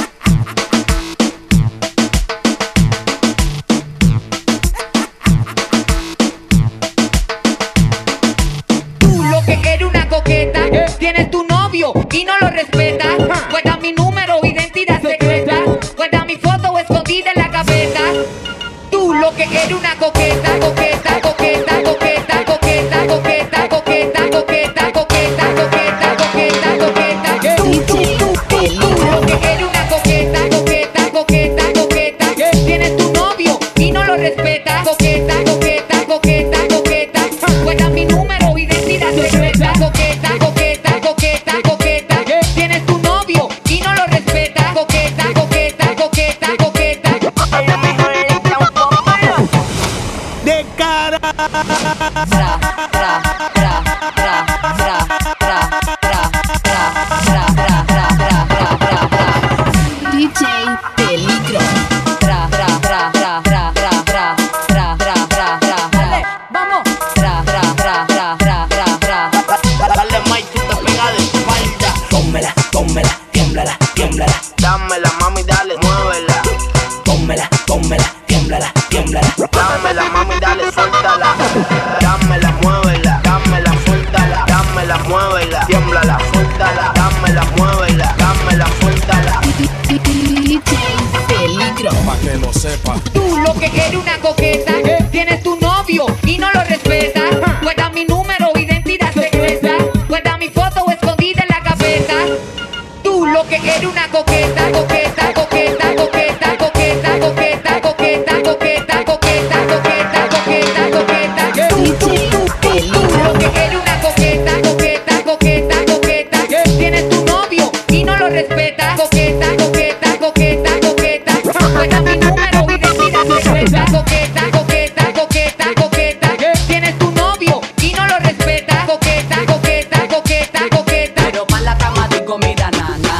Tú lo que eres una coqueta, tienes tu novio y no lo respetas. Guarda mi número, identidad secreta. Guarda mi foto escondida en la gaveta. Tú lo que eres una coqueta, coqueta, coqueta, coqueta, coqueta, coqueta, coqueta, coqueta, coqueta, coqueta, coqueta, coqueta. Tú lo que eres una coqueta, coqueta, coqueta, coqueta. Tienes tu novio y no lo respetas. Coqueta, coqueta, coqueta, coqueta. Guarda mi número, identidad secreta. Coqueta, coqueta, coqueta, coqueta. Tienes tu novio y no lo respetas. Coqueta, coqueta, coqueta, coqueta. De cara. DJ Peligro. Vamos. Dale Mike, tú te pegas de espalda. Pónmela, pónmela, tiémblala, tiémblala. Dámela, mami, dale, muévela. Pónmela, pónmela, tiémblala, tiémblala. Dámela, mami, dale, suéltala. Dámela, muévela. Dámela, suéltala. Dámela, muévela. Tiémblala, suéltala. Dámela, muévela. Dámela, suéltala. DJ Peligro. Pa' que lo sepa. Tú lo que eres una coqueta, tienes tu novio y no lo respetas. Guarda mi número, identidad secreta. Guarda mi foto escondida en la gaveta. Tú lo que eres una coqueta, coqueta, coqueta, coqueta, coqueta, coqueta, coqueta, coqueta, coqueta, coqueta, coqueta, coqueta. Tú lo que eres una coqueta, coqueta, coqueta, coqueta. Tienes tu novio y no lo respetas. Coqueta, coqueta, coqueta, coqueta.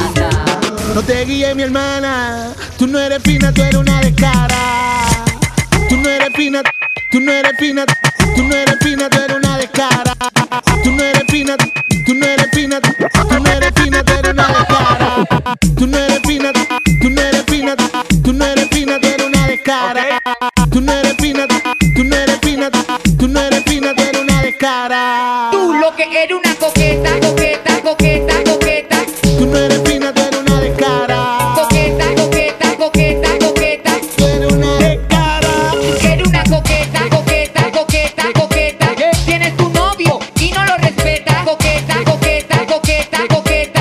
No te guíes, mi hermana. Tú no eres fina, tú eres una descara. Tú no eres fina, tú no eres fina, tú no eres fina, tú eres una descara. Tú no eres fina, tú no eres fina, tú no eres fina, tú eres una descara. Tú no eres fina, tú no eres fina, tú no eres fina, tú eres una descara. Tú no eres fina, tú no eres fina, tú no eres fina, tú eres una descara. Tú lo que eres una coqueta, coqueta, coqueta, coqueta. Tú no eres fina, tú eres una descara. Coqueta, coqueta, coqueta, coqueta. Tú eres una descara. Eres una coqueta, coqueta, coqueta, coqueta. Tienes tu novio y no lo respetas. Coqueta, coqueta, coqueta, coqueta.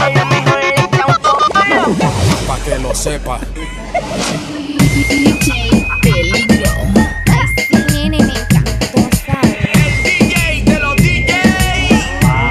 Pa' que lo sepa. Peligro. Ay, sí, nene, me encanta, ¿sabes? El DJ de los DJs.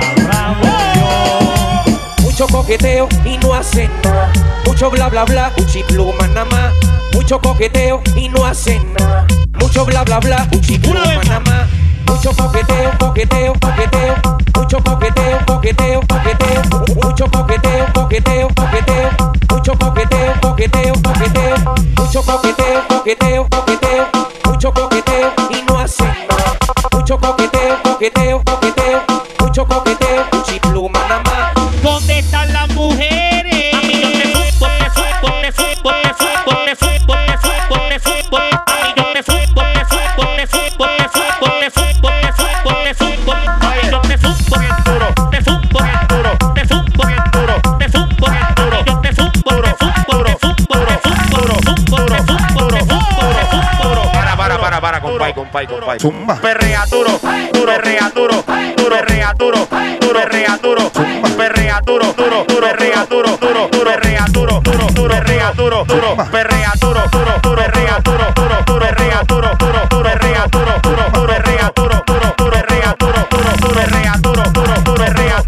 Mucho coqueteo y no hacen nada. Mucho bla bla bla, uchipluma nada más. Mucho coqueteo y no hacen nada. Mucho bla bla bla, uchipluma nada más. Mucho coqueteo, coqueteo, coqueteo. Mucho coqueteo, coqueteo, coqueteo. Mucho coqueteo, coqueteo, coqueteo. Mucho coqueteo, coqueteo, coqueteo. Mucho coqueteo, coqueteo, coqueteo. Mucho coqueteo y no hacen nada. Mucho coqueteo, coqueteo, coqueteo. Mucho coqueteo, uchipluma nada más. ¿Dónde están las mujeres? A mí yo te supo, te supo, te supo, te supo, te supo, te supo, te supo. A mí yo te supo, te supo, te supo, te supo, te supo, te supo, te supo. A mí yo te supo bien duro, te supo bien duro, te supo bien duro, te supo bien duro. Yo te supo, te supo, te supo, te supo, te supo, te supo, te supo, duro. Para, compay. Zumba. Perrea duro, perrea duro, perrea duro, perrea duro, perrea duro, perrea duro, perrea duro, perrea duro, perrea duro, perrea duro, perrea duro, perrea duro, perrea duro, perrea duro, perrea duro, perrea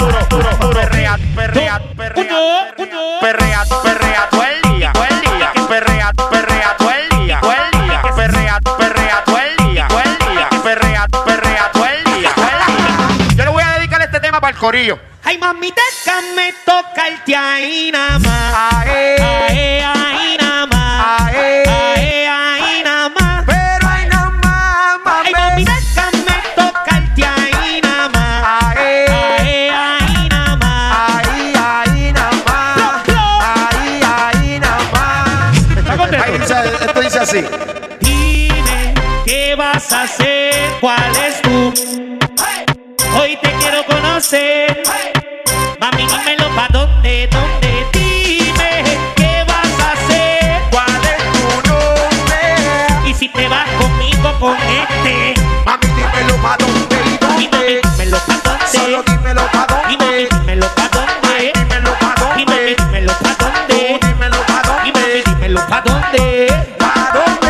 todo el día, perrea todo el día, perrea todo el día, perrea todo el día. Yo le voy a dedicar este tema para el corillo. Ay, mamita, me toca el ahí nada más. Ahí nada más. Ahí nada más. Pero ahí nada más, mami. Ay, mamita, me toca el ahí nada más. Ahí nada más. Ahí nada más. Ahí nada más. ¿Está contento? Esto dice así. Dime, ¿qué vas a hacer? ¿Cuál es tu? Hoy te quiero conocer. Mami, dímelo pa' dónde. Dime, ¿qué vas a hacer? ¿Cuál es tu nombre? Y si te vas conmigo con este. Mami, dímelo pa' dónde y dónde. Dímelo pa' dónde. Solo dímelo pa' dónde. Dímelo pa' dónde. Dímelo pa' dónde. Dímelo pa' dónde. Dímelo pa' dónde. Dímelo pa' dónde. ¿Pa' dónde?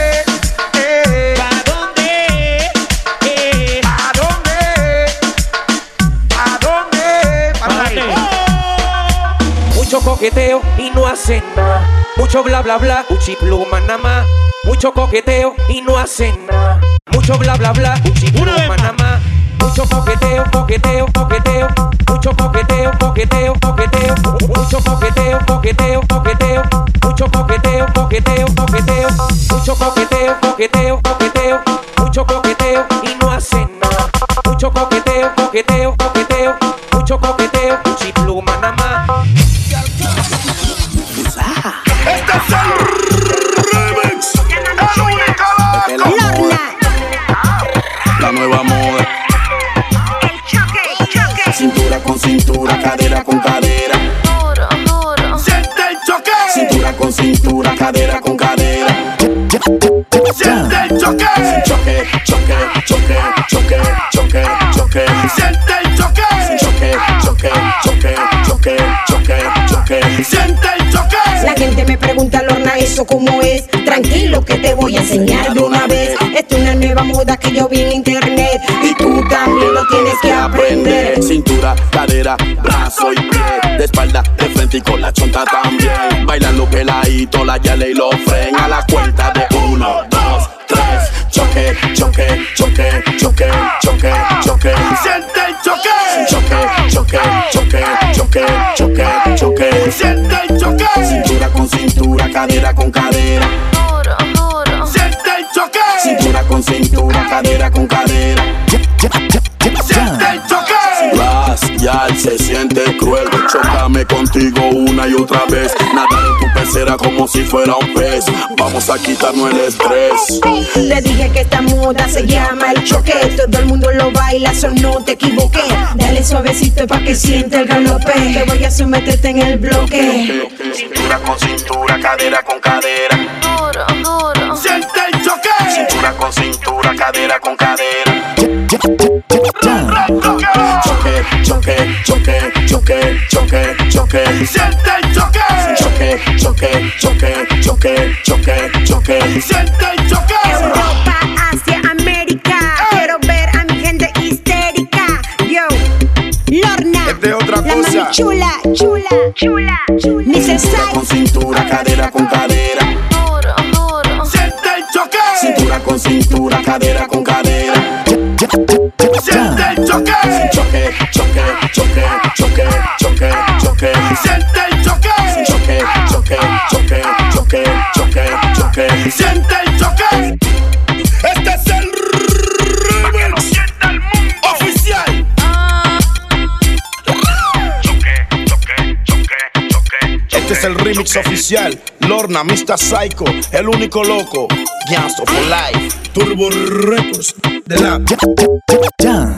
¿Pa' dónde? ¿Pa' dónde? ¿Pa' dónde? ¿Pa' dónde? Mucho coqueteo y no hacen nada. Mucho bla bla bla, uchipluma nada más. Mucho coqueteo y no hacen nada. Mucho bla bla bla, uchipluma nada más. Mucho coqueteo, coqueteo, coqueteo. Mucho coqueteo, coqueteo, coqueteo. Mucho coqueteo, coqueteo, coqueteo. Mucho coqueteo, coqueteo, coqueteo. Mucho coqueteo, coqueteo, coqueteo. Mucho coqueteo y no hacen nada. Mucho coqueteo, coqueteo, coqueteo. Mucho coqueteo, uchipluma nada más. Este es el remix. El único loco. La nueva moda. Cintura con cintura, cadera con cadera. Siente el choque. Cintura con cintura, cadera con cadera. Siente el choque. Choque, choque, choque, choque, choque, choque. Siente el choque. Choque, choque, choque, choque, choque, choque. Siente el choque. La gente me pregunta, Lorna, ¿eso cómo es? Tranquilo que te voy a enseñar de una vez. Esto es una nueva moda que yo vi en internet y tú también lo tienes que aprender. Cintura, cadera, brazo y pie. De espalda, de frente y con la chonta también. Bailando peladito, la yale y lo fren. A la cuenta de 1, 2, tres. Choque, choque, choque, choque, choque, choque. Siente el choque. Choque, choque, choque, choque, choque, choque. Siente el choque. Cintura con cintura, cadera con cadera. Siente el choque. Cintura con cintura, cadera con cadera. Siente el choque. Racial se siente cruel. Chócame contigo una y otra vez. Nadar en tu pecera como si fuera un pez. Vamos a quitarnos el estrés. Le dije que esta moda se llama el choque. Todo el mundo lo baila, so no te equivoqué. Dale suavecito pa' que sienta el galope. Te voy a someterte en el bloque. Cintura con cintura, cadera con cadera. Siente el choque. Cintura con cintura, cadera con cadera. Choque, choque, choque, choque, choque, choque. Siente el choque. Choque, choque, choque, choque, choque, choque. Siente el choque. Europa, Asia, América. Quiero ver a mi gente histérica. Yo, Lorna. Es de otra la cosa. mami chula, chula, chula, chula. Cintura con cintura, cadera con cadera. Siente el choque. Cintura con cintura, cadera con cadera. Siente el choque. Choque, choque, choque, choque, choque, choque. Siente el choque. Choque, choque, choque, choque, choque, choque. Siente el choque. Este es el remix oficial. Este es el remix oficial. Lorna, Mr. Psycho, el único loco. Gangsta for life. Turbo Records de la